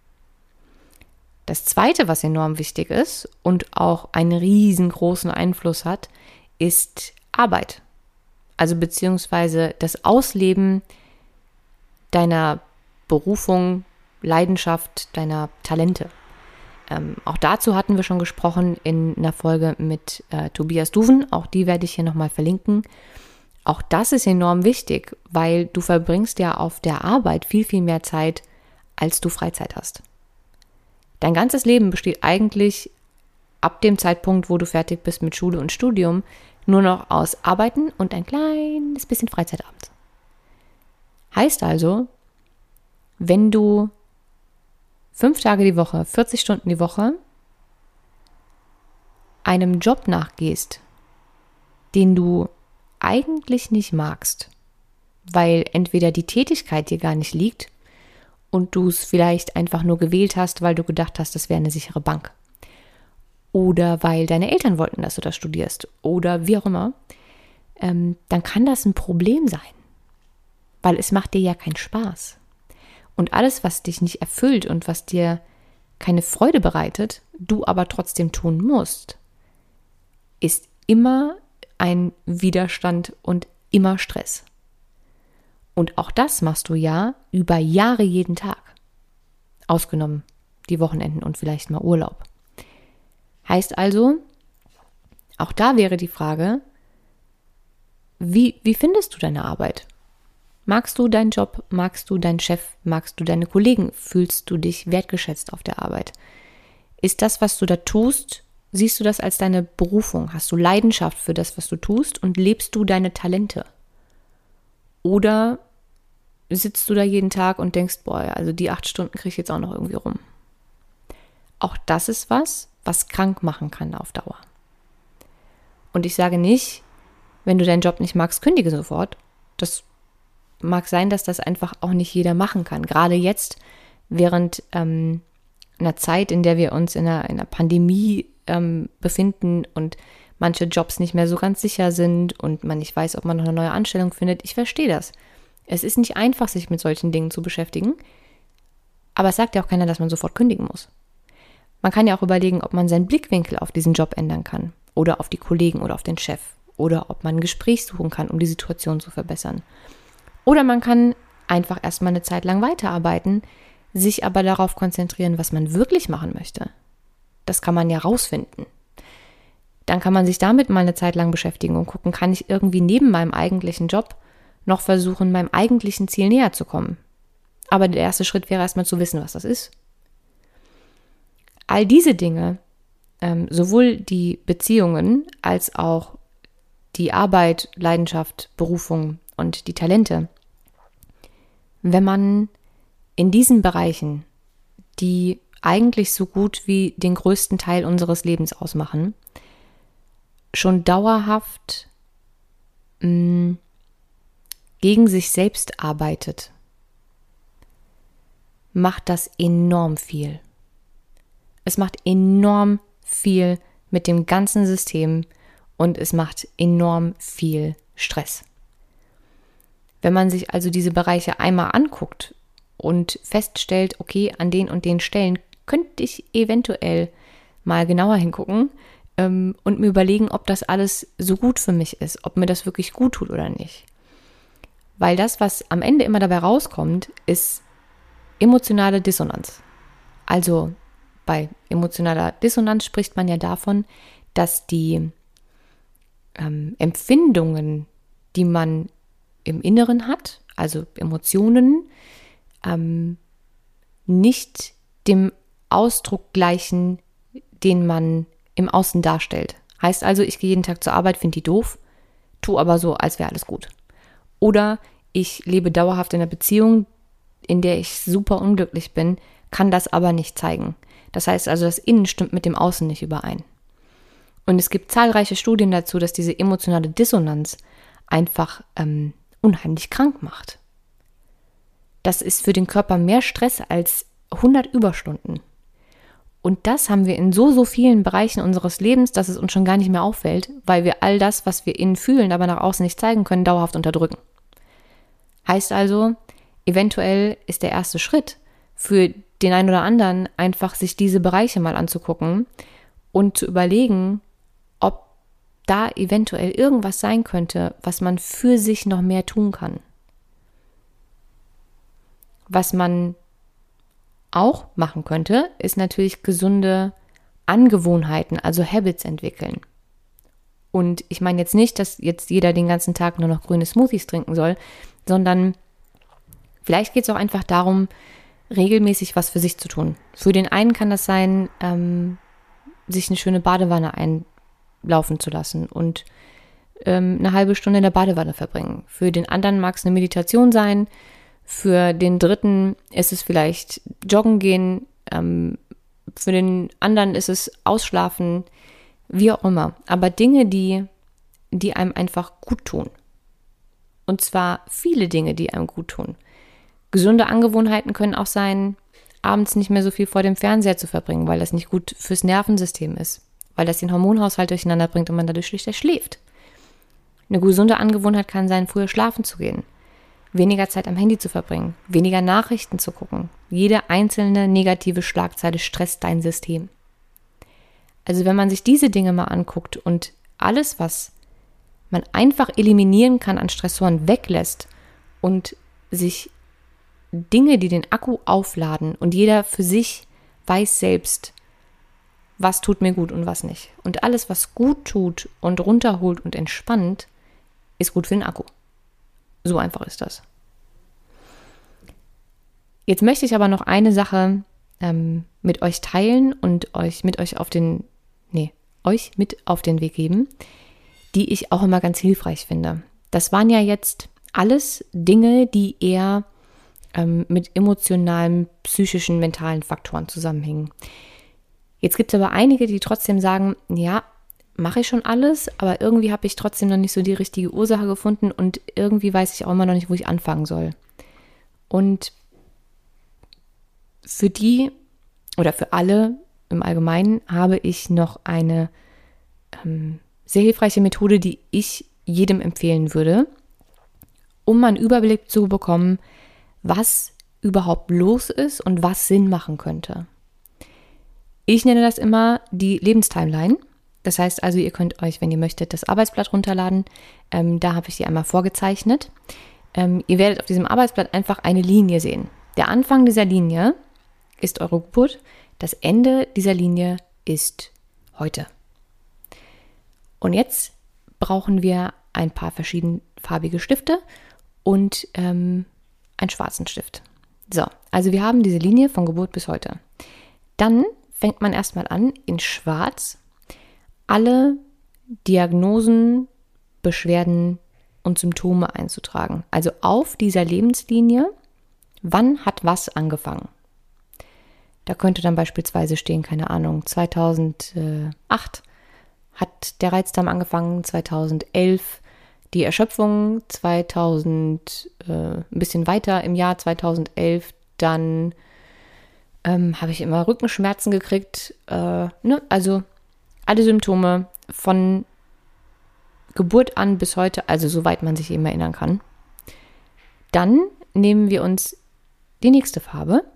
Das Zweite, was enorm wichtig ist und auch einen riesengroßen Einfluss hat, ist Arbeit. Also beziehungsweise das Ausleben deiner Berufung, Leidenschaft, deiner Talente. Ähm, auch dazu hatten wir schon gesprochen in einer Folge mit äh, Tobias Duven. Auch die werde ich hier nochmal verlinken. Auch das ist enorm wichtig, weil du verbringst ja auf der Arbeit viel, viel mehr Zeit, als du Freizeit hast. Dein ganzes Leben besteht eigentlich ab dem Zeitpunkt, wo du fertig bist mit Schule und Studium, nur noch aus Arbeiten und ein kleines bisschen Freizeit abends. Heißt also, wenn du fünf Tage die Woche, vierzig Stunden die Woche einem Job nachgehst, den du eigentlich nicht magst, weil entweder die Tätigkeit dir gar nicht liegt und du es vielleicht einfach nur gewählt hast, weil du gedacht hast, das wäre eine sichere Bank. Oder weil deine Eltern wollten, dass du das studierst oder wie auch immer, ähm, dann kann das ein Problem sein, weil es macht dir ja keinen Spaß. Und alles, was dich nicht erfüllt und was dir keine Freude bereitet, du aber trotzdem tun musst, ist immer ein Widerstand und immer Stress. Und auch das machst du ja über Jahre jeden Tag. Ausgenommen die Wochenenden und vielleicht mal Urlaub. Heißt also, auch da wäre die Frage, wie, wie findest du deine Arbeit? Magst du deinen Job? Magst du deinen Chef? Magst du deine Kollegen? Fühlst du dich wertgeschätzt auf der Arbeit? Ist das, was du da tust, siehst du das als deine Berufung? Hast du Leidenschaft für das, was du tust und lebst du deine Talente? Oder sitzt du da jeden Tag und denkst, boah, also die acht Stunden kriege ich jetzt auch noch irgendwie rum. Auch das ist was, was krank machen kann auf Dauer. Und ich sage nicht, wenn du deinen Job nicht magst, kündige sofort. Das mag sein, dass das einfach auch nicht jeder machen kann. Gerade jetzt, während ähm, einer Zeit, in der wir uns in einer, in einer Pandemie ähm, befinden und manche Jobs nicht mehr so ganz sicher sind und man nicht weiß, ob man noch eine neue Anstellung findet. Ich verstehe das. Es ist nicht einfach, sich mit solchen Dingen zu beschäftigen, aber es sagt ja auch keiner, dass man sofort kündigen muss. Man kann ja auch überlegen, ob man seinen Blickwinkel auf diesen Job ändern kann oder auf die Kollegen oder auf den Chef oder ob man ein Gespräch suchen kann, um die Situation zu verbessern. Oder man kann einfach erstmal eine Zeit lang weiterarbeiten, sich aber darauf konzentrieren, was man wirklich machen möchte. Das kann man ja rausfinden. Dann kann man sich damit mal eine Zeit lang beschäftigen und gucken, kann ich irgendwie neben meinem eigentlichen Job noch versuchen, meinem eigentlichen Ziel näher zu kommen. Aber der erste Schritt wäre erstmal zu wissen, was das ist. All diese Dinge, ähm, sowohl die Beziehungen als auch die Arbeit, Leidenschaft, Berufung und die Talente, wenn man in diesen Bereichen, die eigentlich so gut wie den größten Teil unseres Lebens ausmachen, schon dauerhaft mh, gegen sich selbst arbeitet, macht das enorm viel. Es macht enorm viel mit dem ganzen System und es macht enorm viel Stress. Wenn man sich also diese Bereiche einmal anguckt und feststellt, okay, an den und den Stellen könnte ich eventuell mal genauer hingucken ähm, und mir überlegen, ob das alles so gut für mich ist, ob mir das wirklich gut tut oder nicht. Weil das, was am Ende immer dabei rauskommt, ist emotionale Dissonanz. Also bei emotionaler Dissonanz spricht man ja davon, dass die ähm, Empfindungen, die man im Inneren hat, also Emotionen, ähm, nicht dem Ausdruck gleichen, den man im Außen darstellt. Heißt also, ich gehe jeden Tag zur Arbeit, finde die doof, tue aber so, als wäre alles gut. Oder ich lebe dauerhaft in einer Beziehung, in der ich super unglücklich bin, kann das aber nicht zeigen. Das heißt also, das Innen stimmt mit dem Außen nicht überein. Und es gibt zahlreiche Studien dazu, dass diese emotionale Dissonanz einfach ähm, unheimlich krank macht. Das ist für den Körper mehr Stress als hundert Überstunden. Und das haben wir in so, so vielen Bereichen unseres Lebens, dass es uns schon gar nicht mehr auffällt, weil wir all das, was wir innen fühlen, aber nach außen nicht zeigen können, dauerhaft unterdrücken. Heißt also, eventuell ist der erste Schritt für den einen oder anderen einfach, sich diese Bereiche mal anzugucken und zu überlegen, ob da eventuell irgendwas sein könnte, was man für sich noch mehr tun kann. Was man auch machen könnte, ist natürlich gesunde Angewohnheiten, also Habits entwickeln. Und ich meine jetzt nicht, dass jetzt jeder den ganzen Tag nur noch grüne Smoothies trinken soll, sondern vielleicht geht es auch einfach darum, regelmäßig was für sich zu tun. Für den einen kann das sein, ähm, sich eine schöne Badewanne einlaufen zu lassen und ähm, eine halbe Stunde in der Badewanne verbringen. Für den anderen mag es eine Meditation sein. Für den dritten ist es vielleicht joggen gehen. Ähm, für den anderen ist es ausschlafen, wie auch immer. Aber Dinge, die, die einem einfach gut tun. Und zwar viele Dinge, die einem gut tun. Gesunde Angewohnheiten können auch sein, abends nicht mehr so viel vor dem Fernseher zu verbringen, weil das nicht gut fürs Nervensystem ist, weil das den Hormonhaushalt durcheinander bringt und man dadurch schlichter schläft. Eine gesunde Angewohnheit kann sein, früher schlafen zu gehen, weniger Zeit am Handy zu verbringen, weniger Nachrichten zu gucken. Jede einzelne negative Schlagzeile stresst dein System. Also wenn man sich diese Dinge mal anguckt und alles, was man einfach eliminieren kann an Stressoren, weglässt und sich Dinge, die den Akku aufladen und jeder für sich weiß selbst, was tut mir gut und was nicht. Und alles, was gut tut und runterholt und entspannt, ist gut für den Akku. So einfach ist das. Jetzt möchte ich aber noch eine Sache ähm, mit euch teilen und euch mit euch auf den, nee, euch mit auf den Weg geben, die ich auch immer ganz hilfreich finde. Das waren ja jetzt alles Dinge, die eher ähm, mit emotionalen, psychischen, mentalen Faktoren zusammenhängen. Jetzt gibt es aber einige, die trotzdem sagen, ja, mache ich schon alles, aber irgendwie habe ich trotzdem noch nicht so die richtige Ursache gefunden und irgendwie weiß ich auch immer noch nicht, wo ich anfangen soll. Und für die oder für alle im Allgemeinen habe ich noch eine ähm, sehr hilfreiche Methode, die ich jedem empfehlen würde, um mal einen Überblick zu bekommen, was überhaupt los ist und was Sinn machen könnte. Ich nenne das immer die Lebenstimeline. Das heißt also, ihr könnt euch, wenn ihr möchtet, das Arbeitsblatt runterladen. Ähm, da habe ich die einmal vorgezeichnet. Ähm, ihr werdet auf diesem Arbeitsblatt einfach eine Linie sehen. Der Anfang dieser Linie ist eure Geburt. Das Ende dieser Linie ist heute. Und jetzt brauchen wir ein paar verschiedenfarbige Stifte und ähm, einen schwarzen Stift. So, also wir haben diese Linie von Geburt bis heute. Dann fängt man erstmal an, in schwarz alle Diagnosen, Beschwerden und Symptome einzutragen. Also auf dieser Lebenslinie, wann hat was angefangen? Da könnte dann beispielsweise stehen, keine Ahnung, zweitausendacht hat der Reizdarm angefangen, zweitausendelf die Erschöpfung, zweitausend, äh, ein bisschen weiter im Jahr zweitausendelf, dann ähm, habe ich immer Rückenschmerzen gekriegt. Äh, ne? Also alle Symptome von Geburt an bis heute, also soweit man sich eben erinnern kann. Dann nehmen wir uns die nächste Farbe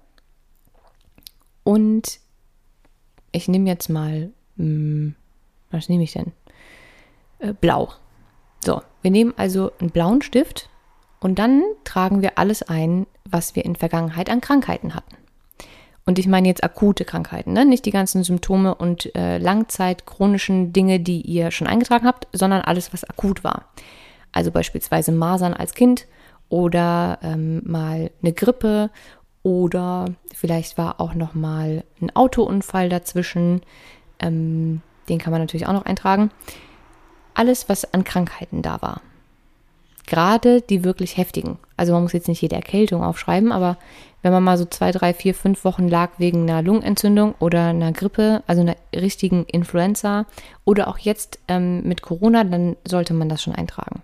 und ich nehme jetzt mal, mh, was nehme ich denn? Äh, Blau. So, wir nehmen also einen blauen Stift und dann tragen wir alles ein, was wir in Vergangenheit an Krankheiten hatten. Und ich meine jetzt akute Krankheiten, ne? Nicht die ganzen Symptome und äh, Langzeit-chronischen Dinge, die ihr schon eingetragen habt, sondern alles, was akut war. Also beispielsweise Masern als Kind oder ähm, mal eine Grippe oder vielleicht war auch noch mal ein Autounfall dazwischen. Ähm, den kann man natürlich auch noch eintragen. Alles, was an Krankheiten da war. Gerade die wirklich heftigen. Also man muss jetzt nicht jede Erkältung aufschreiben, aber wenn man mal so zwei, drei, vier, fünf Wochen lag wegen einer Lungenentzündung oder einer Grippe, also einer richtigen Influenza oder auch jetzt ähm, mit Corona, dann sollte man das schon eintragen.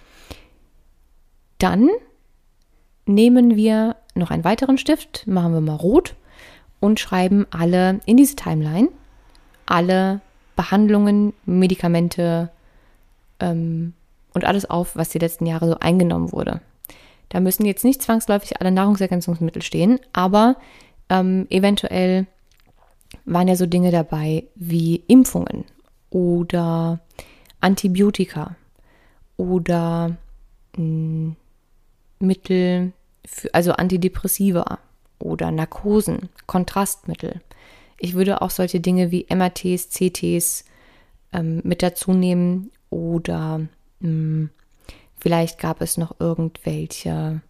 Dann nehmen wir noch einen weiteren Stift, machen wir mal rot und schreiben alle in diese Timeline alle Behandlungen, Medikamente ähm, und alles auf, was die letzten Jahre so eingenommen wurde. Da müssen jetzt nicht zwangsläufig alle Nahrungsergänzungsmittel stehen, aber ähm, eventuell waren ja so Dinge dabei wie Impfungen oder Antibiotika oder mh, Mittel, für, also Antidepressiva oder Narkosen, Kontrastmittel. Ich würde auch solche Dinge wie M R Ts, C Ts ähm, mit dazu nehmen oder mh, vielleicht gab es noch irgendwelche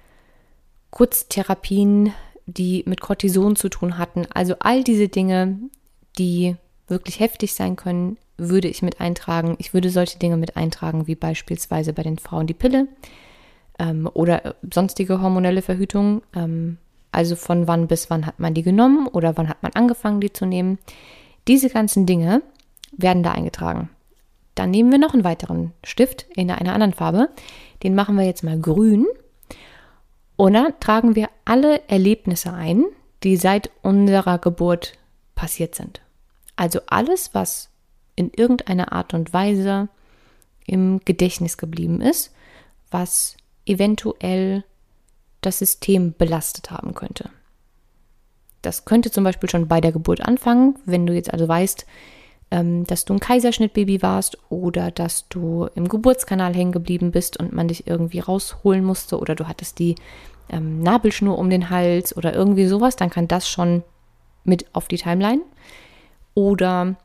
Kurztherapien, die mit Cortison zu tun hatten. Also all diese Dinge, die wirklich heftig sein können, würde ich mit eintragen. Ich würde solche Dinge mit eintragen, wie beispielsweise bei den Frauen die Pille ähm, oder sonstige hormonelle Verhütung. Ähm, also von wann bis wann hat man die genommen oder wann hat man angefangen, die zu nehmen. Diese ganzen Dinge werden da eingetragen. Dann nehmen wir noch einen weiteren Stift in einer anderen Farbe. Den machen wir jetzt mal grün. Und dann tragen wir alle Erlebnisse ein, die seit unserer Geburt passiert sind. Also alles, was in irgendeiner Art und Weise im Gedächtnis geblieben ist, was eventuell das System belastet haben könnte. Das könnte zum Beispiel schon bei der Geburt anfangen, wenn du jetzt also weißt, ähm, dass du ein Kaiserschnittbaby warst oder dass du im Geburtskanal hängen geblieben bist und man dich irgendwie rausholen musste oder du hattest die ähm, Nabelschnur um den Hals oder irgendwie sowas, dann kann das schon mit auf die Timeline. Oder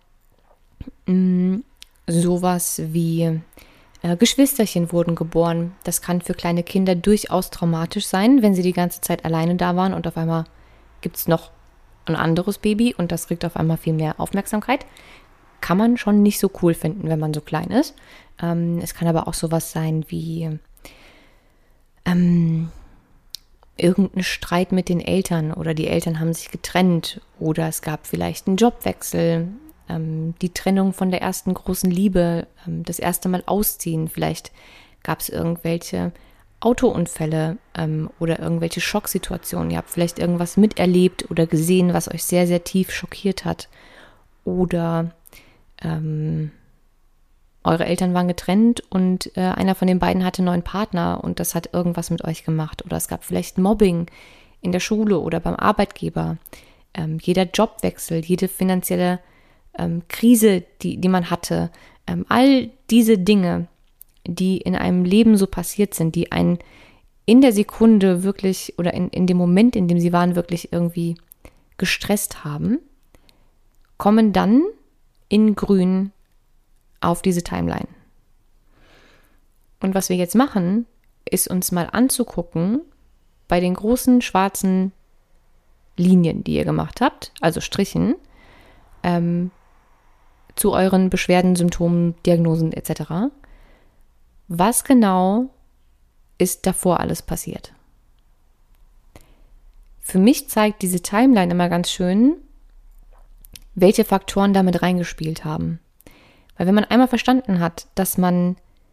mh, sowas wie äh, Geschwisterchen wurden geboren. Das kann für kleine Kinder durchaus traumatisch sein, wenn sie die ganze Zeit alleine da waren und auf einmal gibt es noch ein anderes Baby und das kriegt auf einmal viel mehr Aufmerksamkeit. Kann man schon nicht so cool finden, wenn man so klein ist. Ähm, es kann aber auch sowas sein wie, ähm, irgendein Streit mit den Eltern oder die Eltern haben sich getrennt oder es gab vielleicht einen Jobwechsel, ähm, die Trennung von der ersten großen Liebe, ähm, das erste Mal ausziehen, vielleicht gab es irgendwelche Autounfälle ähm, oder irgendwelche Schocksituationen. Ihr habt vielleicht irgendwas miterlebt oder gesehen, was euch sehr, sehr tief schockiert hat. Oder ähm, eure Eltern waren getrennt und äh, einer von den beiden hatte einen neuen Partner und das hat irgendwas mit euch gemacht. Oder es gab vielleicht Mobbing in der Schule oder beim Arbeitgeber. Ähm, jeder Jobwechsel, jede finanzielle ähm, Krise, die, die man hatte. Ähm, all diese Dinge, die in einem Leben so passiert sind, die einen in der Sekunde wirklich oder in, in dem Moment, in dem sie waren, wirklich irgendwie gestresst haben, kommen dann in grün auf diese Timeline. Und was wir jetzt machen, ist uns mal anzugucken, bei den großen schwarzen Linien, die ihr gemacht habt, also Strichen, ähm, zu euren Beschwerden, Symptomen, Diagnosen et cetera, was genau ist davor alles passiert? Für mich zeigt diese Timeline immer ganz schön, welche Faktoren damit reingespielt haben. Weil wenn man einmal verstanden hat, dass man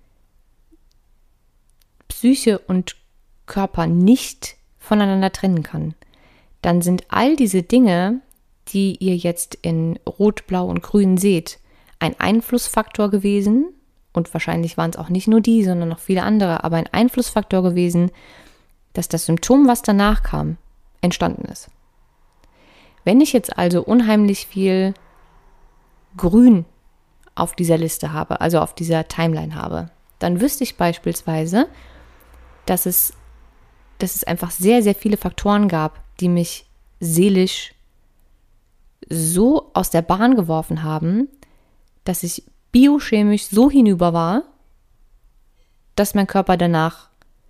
Psyche und Körper nicht voneinander trennen kann, dann sind all diese Dinge, die ihr jetzt in Rot, Blau und Grün seht, ein Einflussfaktor gewesen. Und wahrscheinlich waren es auch nicht nur die, sondern noch viele andere, aber ein Einflussfaktor gewesen, dass das Symptom, was danach kam, entstanden ist. Wenn ich jetzt also unheimlich viel Grün auf dieser Liste habe, also auf dieser Timeline habe, dann wüsste ich beispielsweise, dass es, dass es einfach sehr, sehr viele Faktoren gab, die mich seelisch so aus der Bahn geworfen haben, dass ich biochemisch so hinüber war, dass mein Körper danach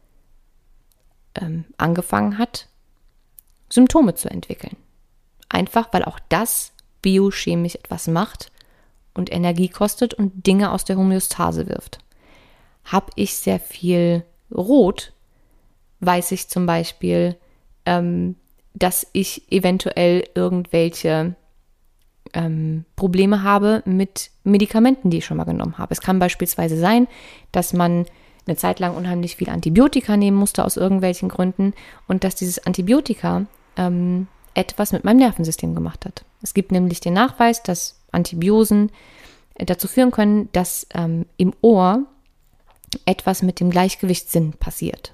ähm, angefangen hat, Symptome zu entwickeln. Einfach, weil auch das biochemisch etwas macht und Energie kostet und Dinge aus der Homöostase wirft. Habe ich sehr viel Rot, weiß ich zum Beispiel, ähm, dass ich eventuell irgendwelche ähm, Probleme habe mit Medikamenten, die ich schon mal genommen habe. Es kann beispielsweise sein, dass man eine Zeit lang unheimlich viel Antibiotika nehmen musste aus irgendwelchen Gründen und dass dieses Antibiotika ähm, etwas mit meinem Nervensystem gemacht hat. Es gibt nämlich den Nachweis, dass Antibiosen dazu führen können, dass ähm, im Ohr etwas mit dem Gleichgewichtssinn passiert.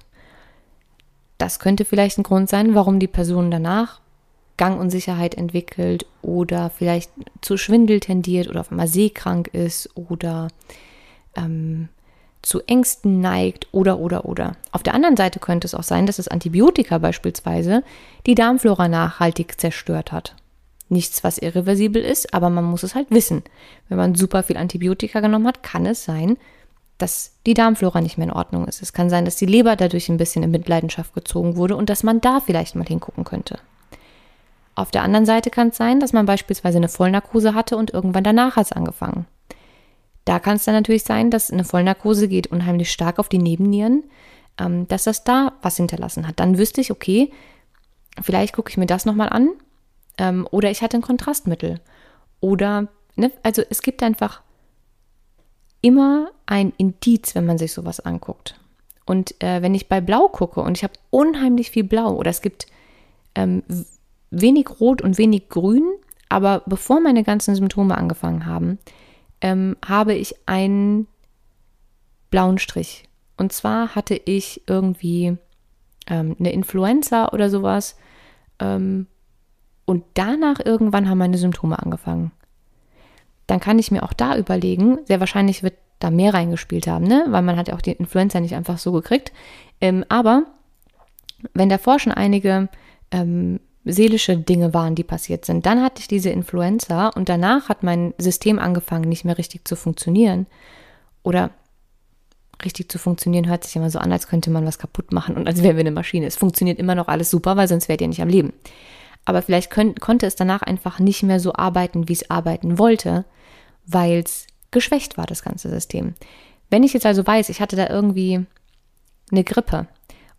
Das könnte vielleicht ein Grund sein, warum die Person danach Gangunsicherheit entwickelt oder vielleicht zu Schwindel tendiert oder auf einmal seekrank ist oder ähm, zu Ängsten neigt oder, oder, oder. Auf der anderen Seite könnte es auch sein, dass das Antibiotika beispielsweise die Darmflora nachhaltig zerstört hat. Nichts, was irreversibel ist, aber man muss es halt wissen. Wenn man super viel Antibiotika genommen hat, kann es sein, dass die Darmflora nicht mehr in Ordnung ist. Es kann sein, dass die Leber dadurch ein bisschen in Mitleidenschaft gezogen wurde und dass man da vielleicht mal hingucken könnte. Auf der anderen Seite kann es sein, dass man beispielsweise eine Vollnarkose hatte und irgendwann danach hat es angefangen. Da kann es dann natürlich sein, dass eine Vollnarkose geht unheimlich stark auf die Nebennieren, ähm, dass das da was hinterlassen hat. Dann wüsste ich, okay, vielleicht gucke ich mir das nochmal an ähm, oder ich hatte ein Kontrastmittel. Oder, ne, also es gibt einfach immer ein Indiz, wenn man sich sowas anguckt. Und äh, wenn ich bei Blau gucke und ich habe unheimlich viel Blau oder es gibt ähm, wenig Rot und wenig Grün, aber bevor meine ganzen Symptome angefangen haben, ähm, habe ich einen blauen Strich. Und zwar hatte ich irgendwie ähm, eine Influenza oder sowas ähm, und danach irgendwann haben meine Symptome angefangen. Dann kann ich mir auch da überlegen, sehr wahrscheinlich wird da mehr reingespielt haben, ne? Weil man hat ja auch die Influenza nicht einfach so gekriegt. Ähm, aber wenn davor schon einige ähm, seelische Dinge waren, die passiert sind, dann hatte ich diese Influenza und danach hat mein System angefangen, nicht mehr richtig zu funktionieren. Oder richtig zu funktionieren hört sich immer so an, als könnte man was kaputt machen und als wären wir eine Maschine. Es funktioniert immer noch alles super, weil sonst wärt ihr nicht am Leben. Aber vielleicht könnt, konnte es danach einfach nicht mehr so arbeiten, wie es arbeiten wollte, weil es geschwächt war, das ganze System. Wenn ich jetzt also weiß, ich hatte da irgendwie eine Grippe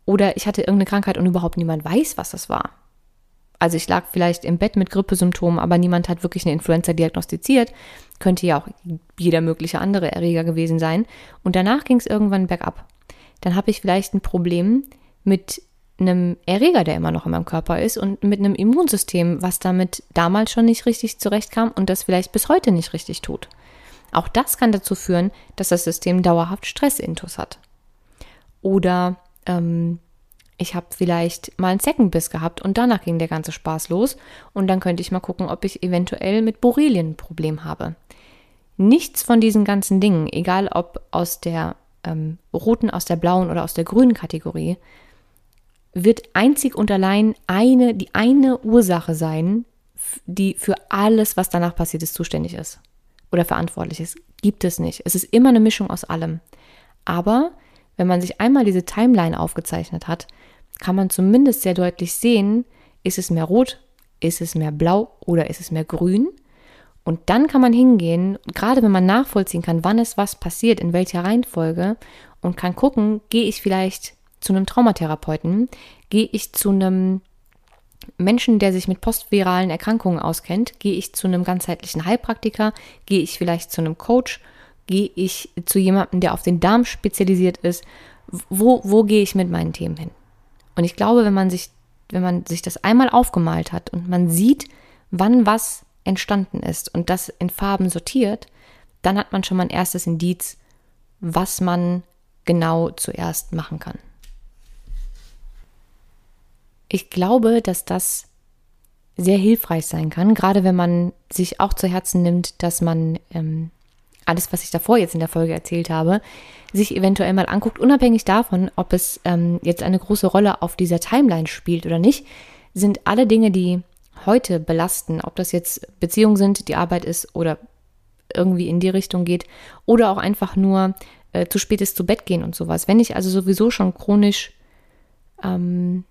Oder ich hatte irgendeine Krankheit und überhaupt niemand weiß, was das war. Also ich lag vielleicht im Bett mit Grippesymptomen, aber niemand hat wirklich eine Influenza diagnostiziert. Könnte ja auch jeder mögliche andere Erreger gewesen sein. Und danach ging es irgendwann bergab. Dann habe ich vielleicht ein Problem mit einem Erreger, der immer noch in meinem Körper ist und mit einem Immunsystem, was damit damals schon nicht richtig zurechtkam und das vielleicht bis heute nicht richtig tut. Auch das kann dazu führen, dass das System dauerhaft Stressintus hat. Oder ähm, ich habe vielleicht mal einen Zeckenbiss gehabt und danach ging der ganze Spaß los und dann könnte ich mal gucken, ob ich eventuell mit Borrelien ein Problem habe. Nichts von diesen ganzen Dingen, egal ob aus der ähm, roten, aus der blauen oder aus der grünen Kategorie, wird einzig und allein eine, die eine Ursache sein, die für alles, was danach passiert ist, zuständig ist oder verantwortlich ist. Gibt es nicht. Es ist immer eine Mischung aus allem. Aber wenn man sich einmal diese Timeline aufgezeichnet hat, kann man zumindest sehr deutlich sehen, ist es mehr rot, ist es mehr blau oder ist es mehr grün? Und dann kann man hingehen, gerade wenn man nachvollziehen kann, wann ist was passiert, in welcher Reihenfolge und kann gucken, gehe ich vielleicht zu einem Traumatherapeuten, gehe ich zu einem Menschen, der sich mit postviralen Erkrankungen auskennt, gehe ich zu einem ganzheitlichen Heilpraktiker, gehe ich vielleicht zu einem Coach, gehe ich zu jemandem, der auf den Darm spezialisiert ist, wo, wo gehe ich mit meinen Themen hin? Und ich glaube, wenn man sich, wenn man sich das einmal aufgemalt hat und man sieht, wann was entstanden ist und das in Farben sortiert, dann hat man schon mal ein erstes Indiz, was man genau zuerst machen kann. Ich glaube, dass das sehr hilfreich sein kann, gerade wenn man sich auch zu Herzen nimmt, dass man ähm, alles, was ich davor jetzt in der Folge erzählt habe, sich eventuell mal anguckt, unabhängig davon, ob es ähm, jetzt eine große Rolle auf dieser Timeline spielt oder nicht, sind alle Dinge, die heute belasten, ob das jetzt Beziehungen sind, die Arbeit ist oder irgendwie in die Richtung geht oder auch einfach nur äh, zu spät ist zu Bett gehen und sowas. Wenn ich also sowieso schon chronisch ähm,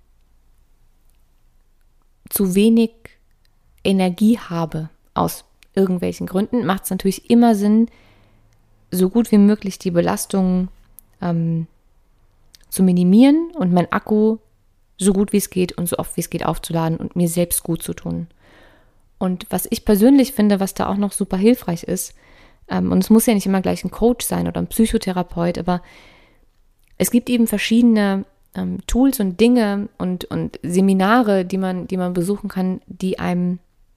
zu wenig Energie habe aus irgendwelchen Gründen, macht es natürlich immer Sinn, so gut wie möglich die Belastung ähm, zu minimieren und mein Akku so gut wie es geht und so oft wie es geht aufzuladen und mir selbst gut zu tun. Und was ich persönlich finde, was da auch noch super hilfreich ist, ähm, und es muss ja nicht immer gleich ein Coach sein oder ein Psychotherapeut, aber es gibt eben verschiedene ähm, Tools und Dinge und, und Seminare, die man, die man besuchen kann, die einem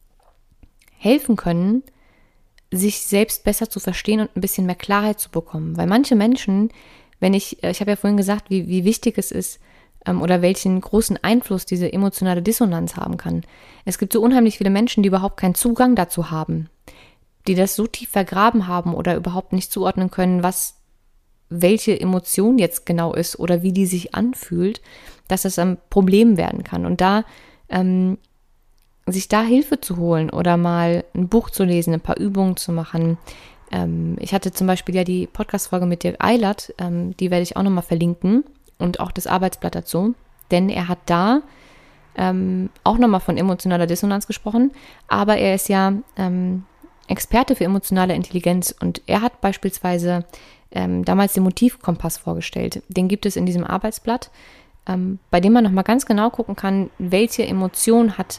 helfen können, sich selbst besser zu verstehen und ein bisschen mehr Klarheit zu bekommen. Weil manche Menschen, wenn ich, ich habe ja vorhin gesagt, wie, wie wichtig es ist ähm, oder welchen großen Einfluss diese emotionale Dissonanz haben kann. Es gibt so unheimlich viele Menschen, die überhaupt keinen Zugang dazu haben, die das so tief vergraben haben oder überhaupt nicht zuordnen können, was welche Emotion jetzt genau ist oder wie die sich anfühlt, dass das ein Problem werden kann. Und da ähm, sich da Hilfe zu holen oder mal ein Buch zu lesen, ein paar Übungen zu machen. Ähm, ich hatte zum Beispiel ja die Podcast-Folge mit Dirk Eilert, ähm, die werde ich auch nochmal verlinken und auch das Arbeitsblatt dazu, denn er hat da ähm, auch nochmal von emotionaler Dissonanz gesprochen, aber er ist ja ähm, Experte für emotionale Intelligenz und er hat beispielsweise ähm, damals den Motivkompass vorgestellt. Den gibt es in diesem Arbeitsblatt, ähm, bei dem man nochmal ganz genau gucken kann, welche Emotion hat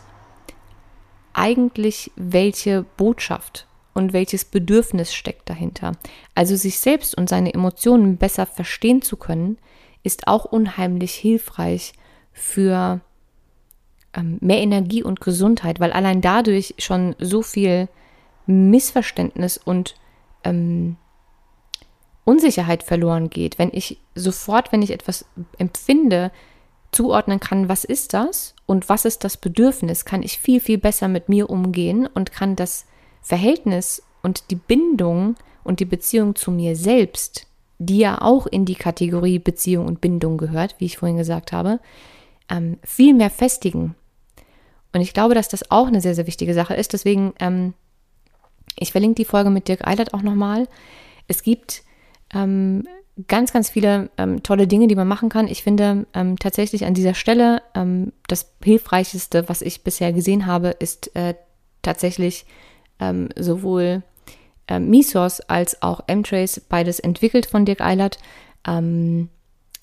eigentlich welche Botschaft und welches Bedürfnis steckt dahinter. Also sich selbst und seine Emotionen besser verstehen zu können, ist auch unheimlich hilfreich für ähm, mehr Energie und Gesundheit, weil allein dadurch schon so viel Missverständnis und ähm, Unsicherheit verloren geht. Wenn ich sofort, wenn ich etwas empfinde, zuordnen kann, was ist das und was ist das Bedürfnis, kann ich viel, viel besser mit mir umgehen und kann das Verhältnis und die Bindung und die Beziehung zu mir selbst, die ja auch in die Kategorie Beziehung und Bindung gehört, wie ich vorhin gesagt habe, ähm, viel mehr festigen. Und ich glaube, dass das auch eine sehr, sehr wichtige Sache ist. Deswegen, ähm, ich verlinke die Folge mit Dirk Eilert auch nochmal. Es gibt ähm, ganz, ganz viele ähm, tolle Dinge, die man machen kann. Ich finde ähm, tatsächlich an dieser Stelle ähm, das Hilfreichste, was ich bisher gesehen habe, ist äh, tatsächlich ähm, sowohl äh, Mesos als auch M-Trace, beides entwickelt von Dirk Eilert. Ähm,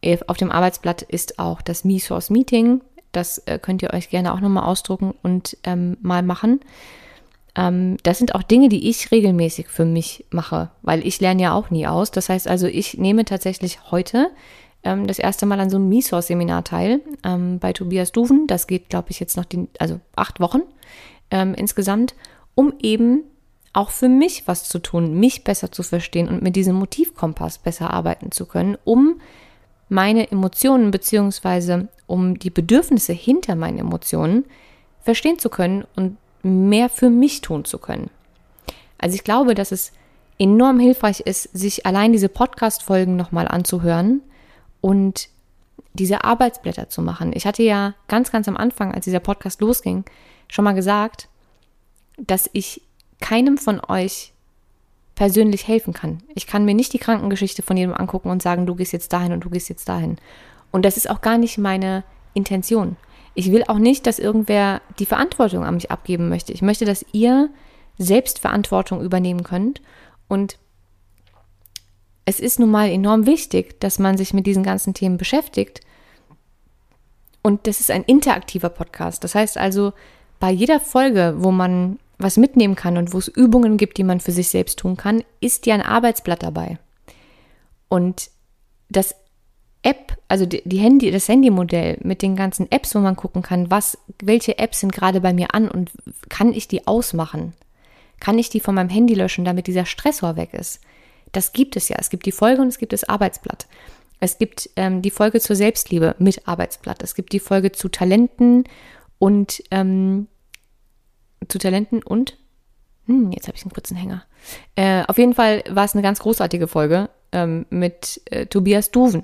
Auf dem Arbeitsblatt ist auch das Me-Source Meeting. Das äh, könnt ihr euch gerne auch nochmal ausdrucken und ähm, mal machen. Ähm, das sind auch Dinge, die ich regelmäßig für mich mache, weil ich lerne ja auch nie aus. Das heißt also, ich nehme tatsächlich heute ähm, das erste Mal an so einem Me-Source-Seminar teil ähm, bei Tobias Duven. Das geht, glaube ich, jetzt noch die, also acht Wochen ähm, insgesamt, um eben auch für mich was zu tun, mich besser zu verstehen und mit diesem Motivkompass besser arbeiten zu können, um meine Emotionen beziehungsweise um die Bedürfnisse hinter meinen Emotionen verstehen zu können und mehr für mich tun zu können. Also ich glaube, dass es enorm hilfreich ist, sich allein diese Podcast-Folgen nochmal anzuhören und diese Arbeitsblätter zu machen. Ich hatte ja ganz, ganz am Anfang, als dieser Podcast losging, schon mal gesagt, dass ich keinem von euch persönlich helfen kann. Ich kann mir nicht die Krankengeschichte von jedem angucken und sagen, du gehst jetzt dahin und du gehst jetzt dahin. Und das ist auch gar nicht meine Intention. Ich will auch nicht, dass irgendwer die Verantwortung an mich abgeben möchte. Ich möchte, dass ihr selbst Verantwortung übernehmen könnt. Und es ist nun mal enorm wichtig, dass man sich mit diesen ganzen Themen beschäftigt. Und das ist ein interaktiver Podcast. Das heißt also, bei jeder Folge, wo man was mitnehmen kann und wo es Übungen gibt, die man für sich selbst tun kann, ist ja ein Arbeitsblatt dabei. Und das App, also die, die Handy, das Handymodell mit den ganzen Apps, wo man gucken kann, was, welche Apps sind gerade bei mir an und kann ich die ausmachen? Kann ich die von meinem Handy löschen, damit dieser Stressor weg ist? Das gibt es ja. Es gibt die Folge und es gibt das Arbeitsblatt. Es gibt ähm, die Folge zur Selbstliebe mit Arbeitsblatt. Es gibt die Folge zu Talenten und ähm, zu Talenten und hm, jetzt habe ich einen kurzen Hänger. Äh, auf jeden Fall war es eine ganz großartige Folge ähm, mit äh, Tobias Duven.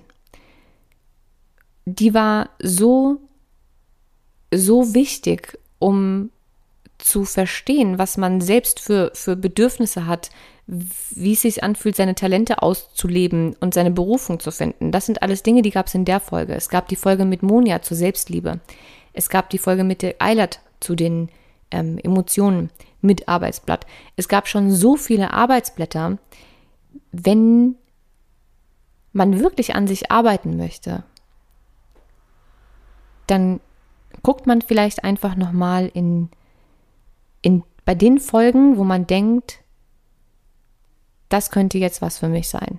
Die war so, so wichtig, um zu verstehen, was man selbst für, für Bedürfnisse hat, wie es sich anfühlt, seine Talente auszuleben und seine Berufung zu finden. Das sind alles Dinge, die gab es in der Folge. Es gab die Folge mit Monja zur Selbstliebe. Es gab die Folge mit der Eilert zu den ähm, Emotionen mit Arbeitsblatt. Es gab schon so viele Arbeitsblätter. Wenn man wirklich an sich arbeiten möchte, dann guckt man vielleicht einfach nochmal in, in, bei den Folgen, wo man denkt, das könnte jetzt was für mich sein.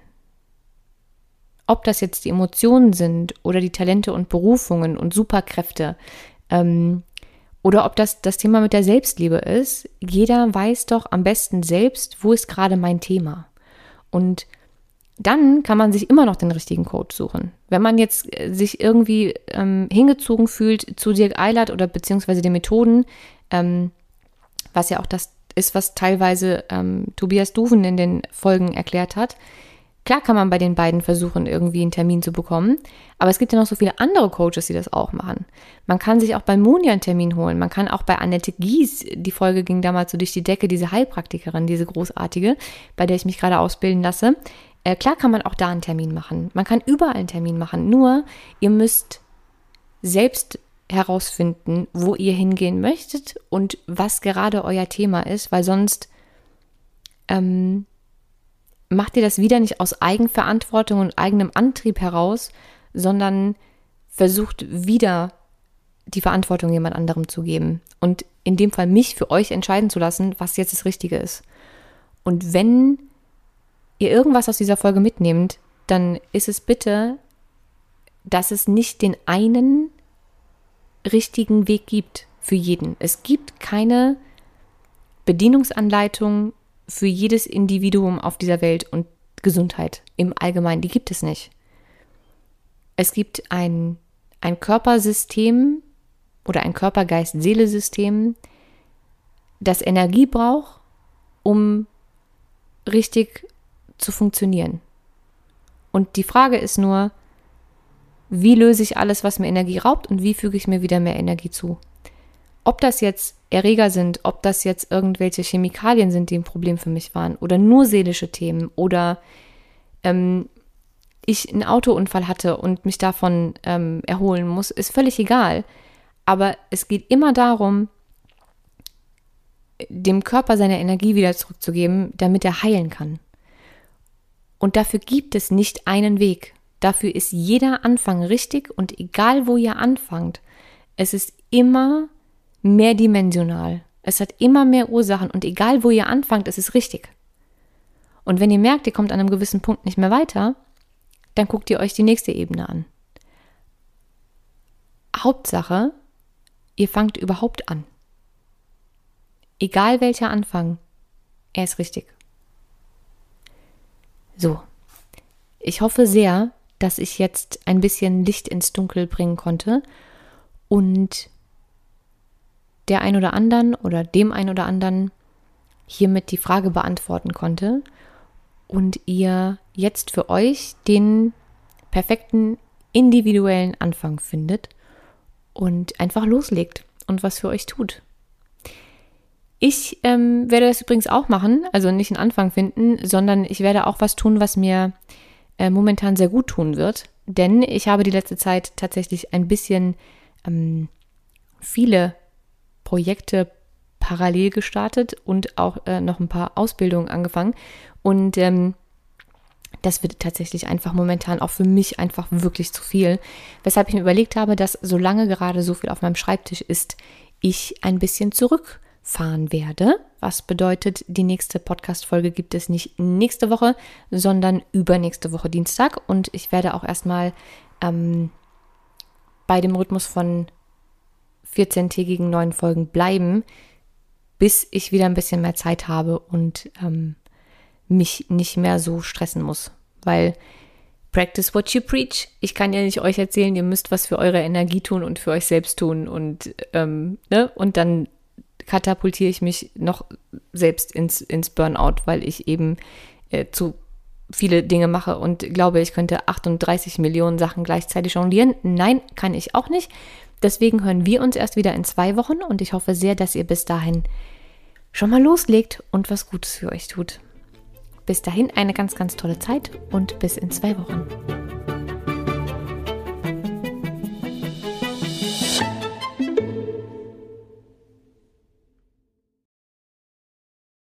Ob das jetzt die Emotionen sind oder die Talente und Berufungen und Superkräfte ähm, oder ob das das Thema mit der Selbstliebe ist, jeder weiß doch am besten selbst, wo ist gerade mein Thema. Und dann kann man sich immer noch den richtigen Coach suchen. Wenn man jetzt sich irgendwie ähm, hingezogen fühlt zu Dirk Eilert oder beziehungsweise den Methoden, ähm, was ja auch das ist, was teilweise ähm, Tobias Duven in den Folgen erklärt hat. Klar kann man bei den beiden versuchen, irgendwie einen Termin zu bekommen, aber es gibt ja noch so viele andere Coaches, die das auch machen. Man kann sich auch bei Monja einen Termin holen, man kann auch bei Annette Gies, die Folge ging damals so durch die Decke, diese Heilpraktikerin, diese großartige, bei der ich mich gerade ausbilden lasse. Äh, klar kann man auch da einen Termin machen, man kann überall einen Termin machen, nur ihr müsst selbst herausfinden, wo ihr hingehen möchtet und was gerade euer Thema ist, weil sonst ähm, macht ihr das wieder nicht aus Eigenverantwortung und eigenem Antrieb heraus, sondern versucht wieder die Verantwortung jemand anderem zu geben und in dem Fall mich für euch entscheiden zu lassen, was jetzt das Richtige ist. Und wenn ihr irgendwas aus dieser Folge mitnehmt, dann ist es bitte, dass es nicht den einen richtigen Weg gibt für jeden. Es gibt keine Bedienungsanleitung für jedes Individuum auf dieser Welt und Gesundheit im Allgemeinen, die gibt es nicht. Es gibt ein, ein Körpersystem oder ein Körper-Geist-Seele-System, das Energie braucht, um richtig zu funktionieren. Und die Frage ist nur, wie löse ich alles, was mir Energie raubt und wie füge ich mir wieder mehr Energie zu? Ob das jetzt Erreger sind, ob das jetzt irgendwelche Chemikalien sind, die ein Problem für mich waren oder nur seelische Themen oder ähm, ich einen Autounfall hatte und mich davon ähm, erholen muss, ist völlig egal. Aber es geht immer darum, dem Körper seine Energie wieder zurückzugeben, damit er heilen kann. Und dafür gibt es nicht einen Weg. Dafür ist jeder Anfang richtig und egal wo ihr anfangt, es ist immer mehrdimensional. Es hat immer mehr Ursachen und egal wo ihr anfangt, es ist richtig. Und wenn ihr merkt, ihr kommt an einem gewissen Punkt nicht mehr weiter, dann guckt ihr euch die nächste Ebene an. Hauptsache, ihr fangt überhaupt an. Egal welcher Anfang, er ist richtig. So, ich hoffe sehr, dass ich jetzt ein bisschen Licht ins Dunkel bringen konnte und der ein oder anderen oder dem ein oder anderen hiermit die Frage beantworten konnte und ihr jetzt für euch den perfekten individuellen Anfang findet und einfach loslegt und was für euch tut. Ich ähm, werde das übrigens auch machen, also nicht einen Anfang finden, sondern ich werde auch was tun, was mir äh, momentan sehr gut tun wird. Denn ich habe die letzte Zeit tatsächlich ein bisschen ähm, viele Projekte parallel gestartet und auch äh, noch ein paar Ausbildungen angefangen. Und ähm, das wird tatsächlich einfach momentan auch für mich einfach wirklich zu viel. Weshalb ich mir überlegt habe, dass solange gerade so viel auf meinem Schreibtisch ist, ich ein bisschen zurückfahren werde. Was bedeutet, die nächste Podcast-Folge gibt es nicht nächste Woche, sondern übernächste Woche Dienstag. Und ich werde auch erstmal ähm, bei dem Rhythmus von vierzehntägigen neuen Folgen bleiben, bis ich wieder ein bisschen mehr Zeit habe und ähm, mich nicht mehr so stressen muss. Weil practice what you preach. Ich kann ja nicht euch erzählen, ihr müsst was für eure Energie tun und für euch selbst tun und, ähm, ne? Und dann katapultiere ich mich noch selbst ins, ins Burnout, weil ich eben äh, zu viele Dinge mache und glaube, ich könnte achtunddreißig Millionen Sachen gleichzeitig jonglieren. Nein, kann ich auch nicht. Deswegen hören wir uns erst wieder in zwei Wochen und ich hoffe sehr, dass ihr bis dahin schon mal loslegt und was Gutes für euch tut. Bis dahin eine ganz, ganz tolle Zeit und bis in zwei Wochen.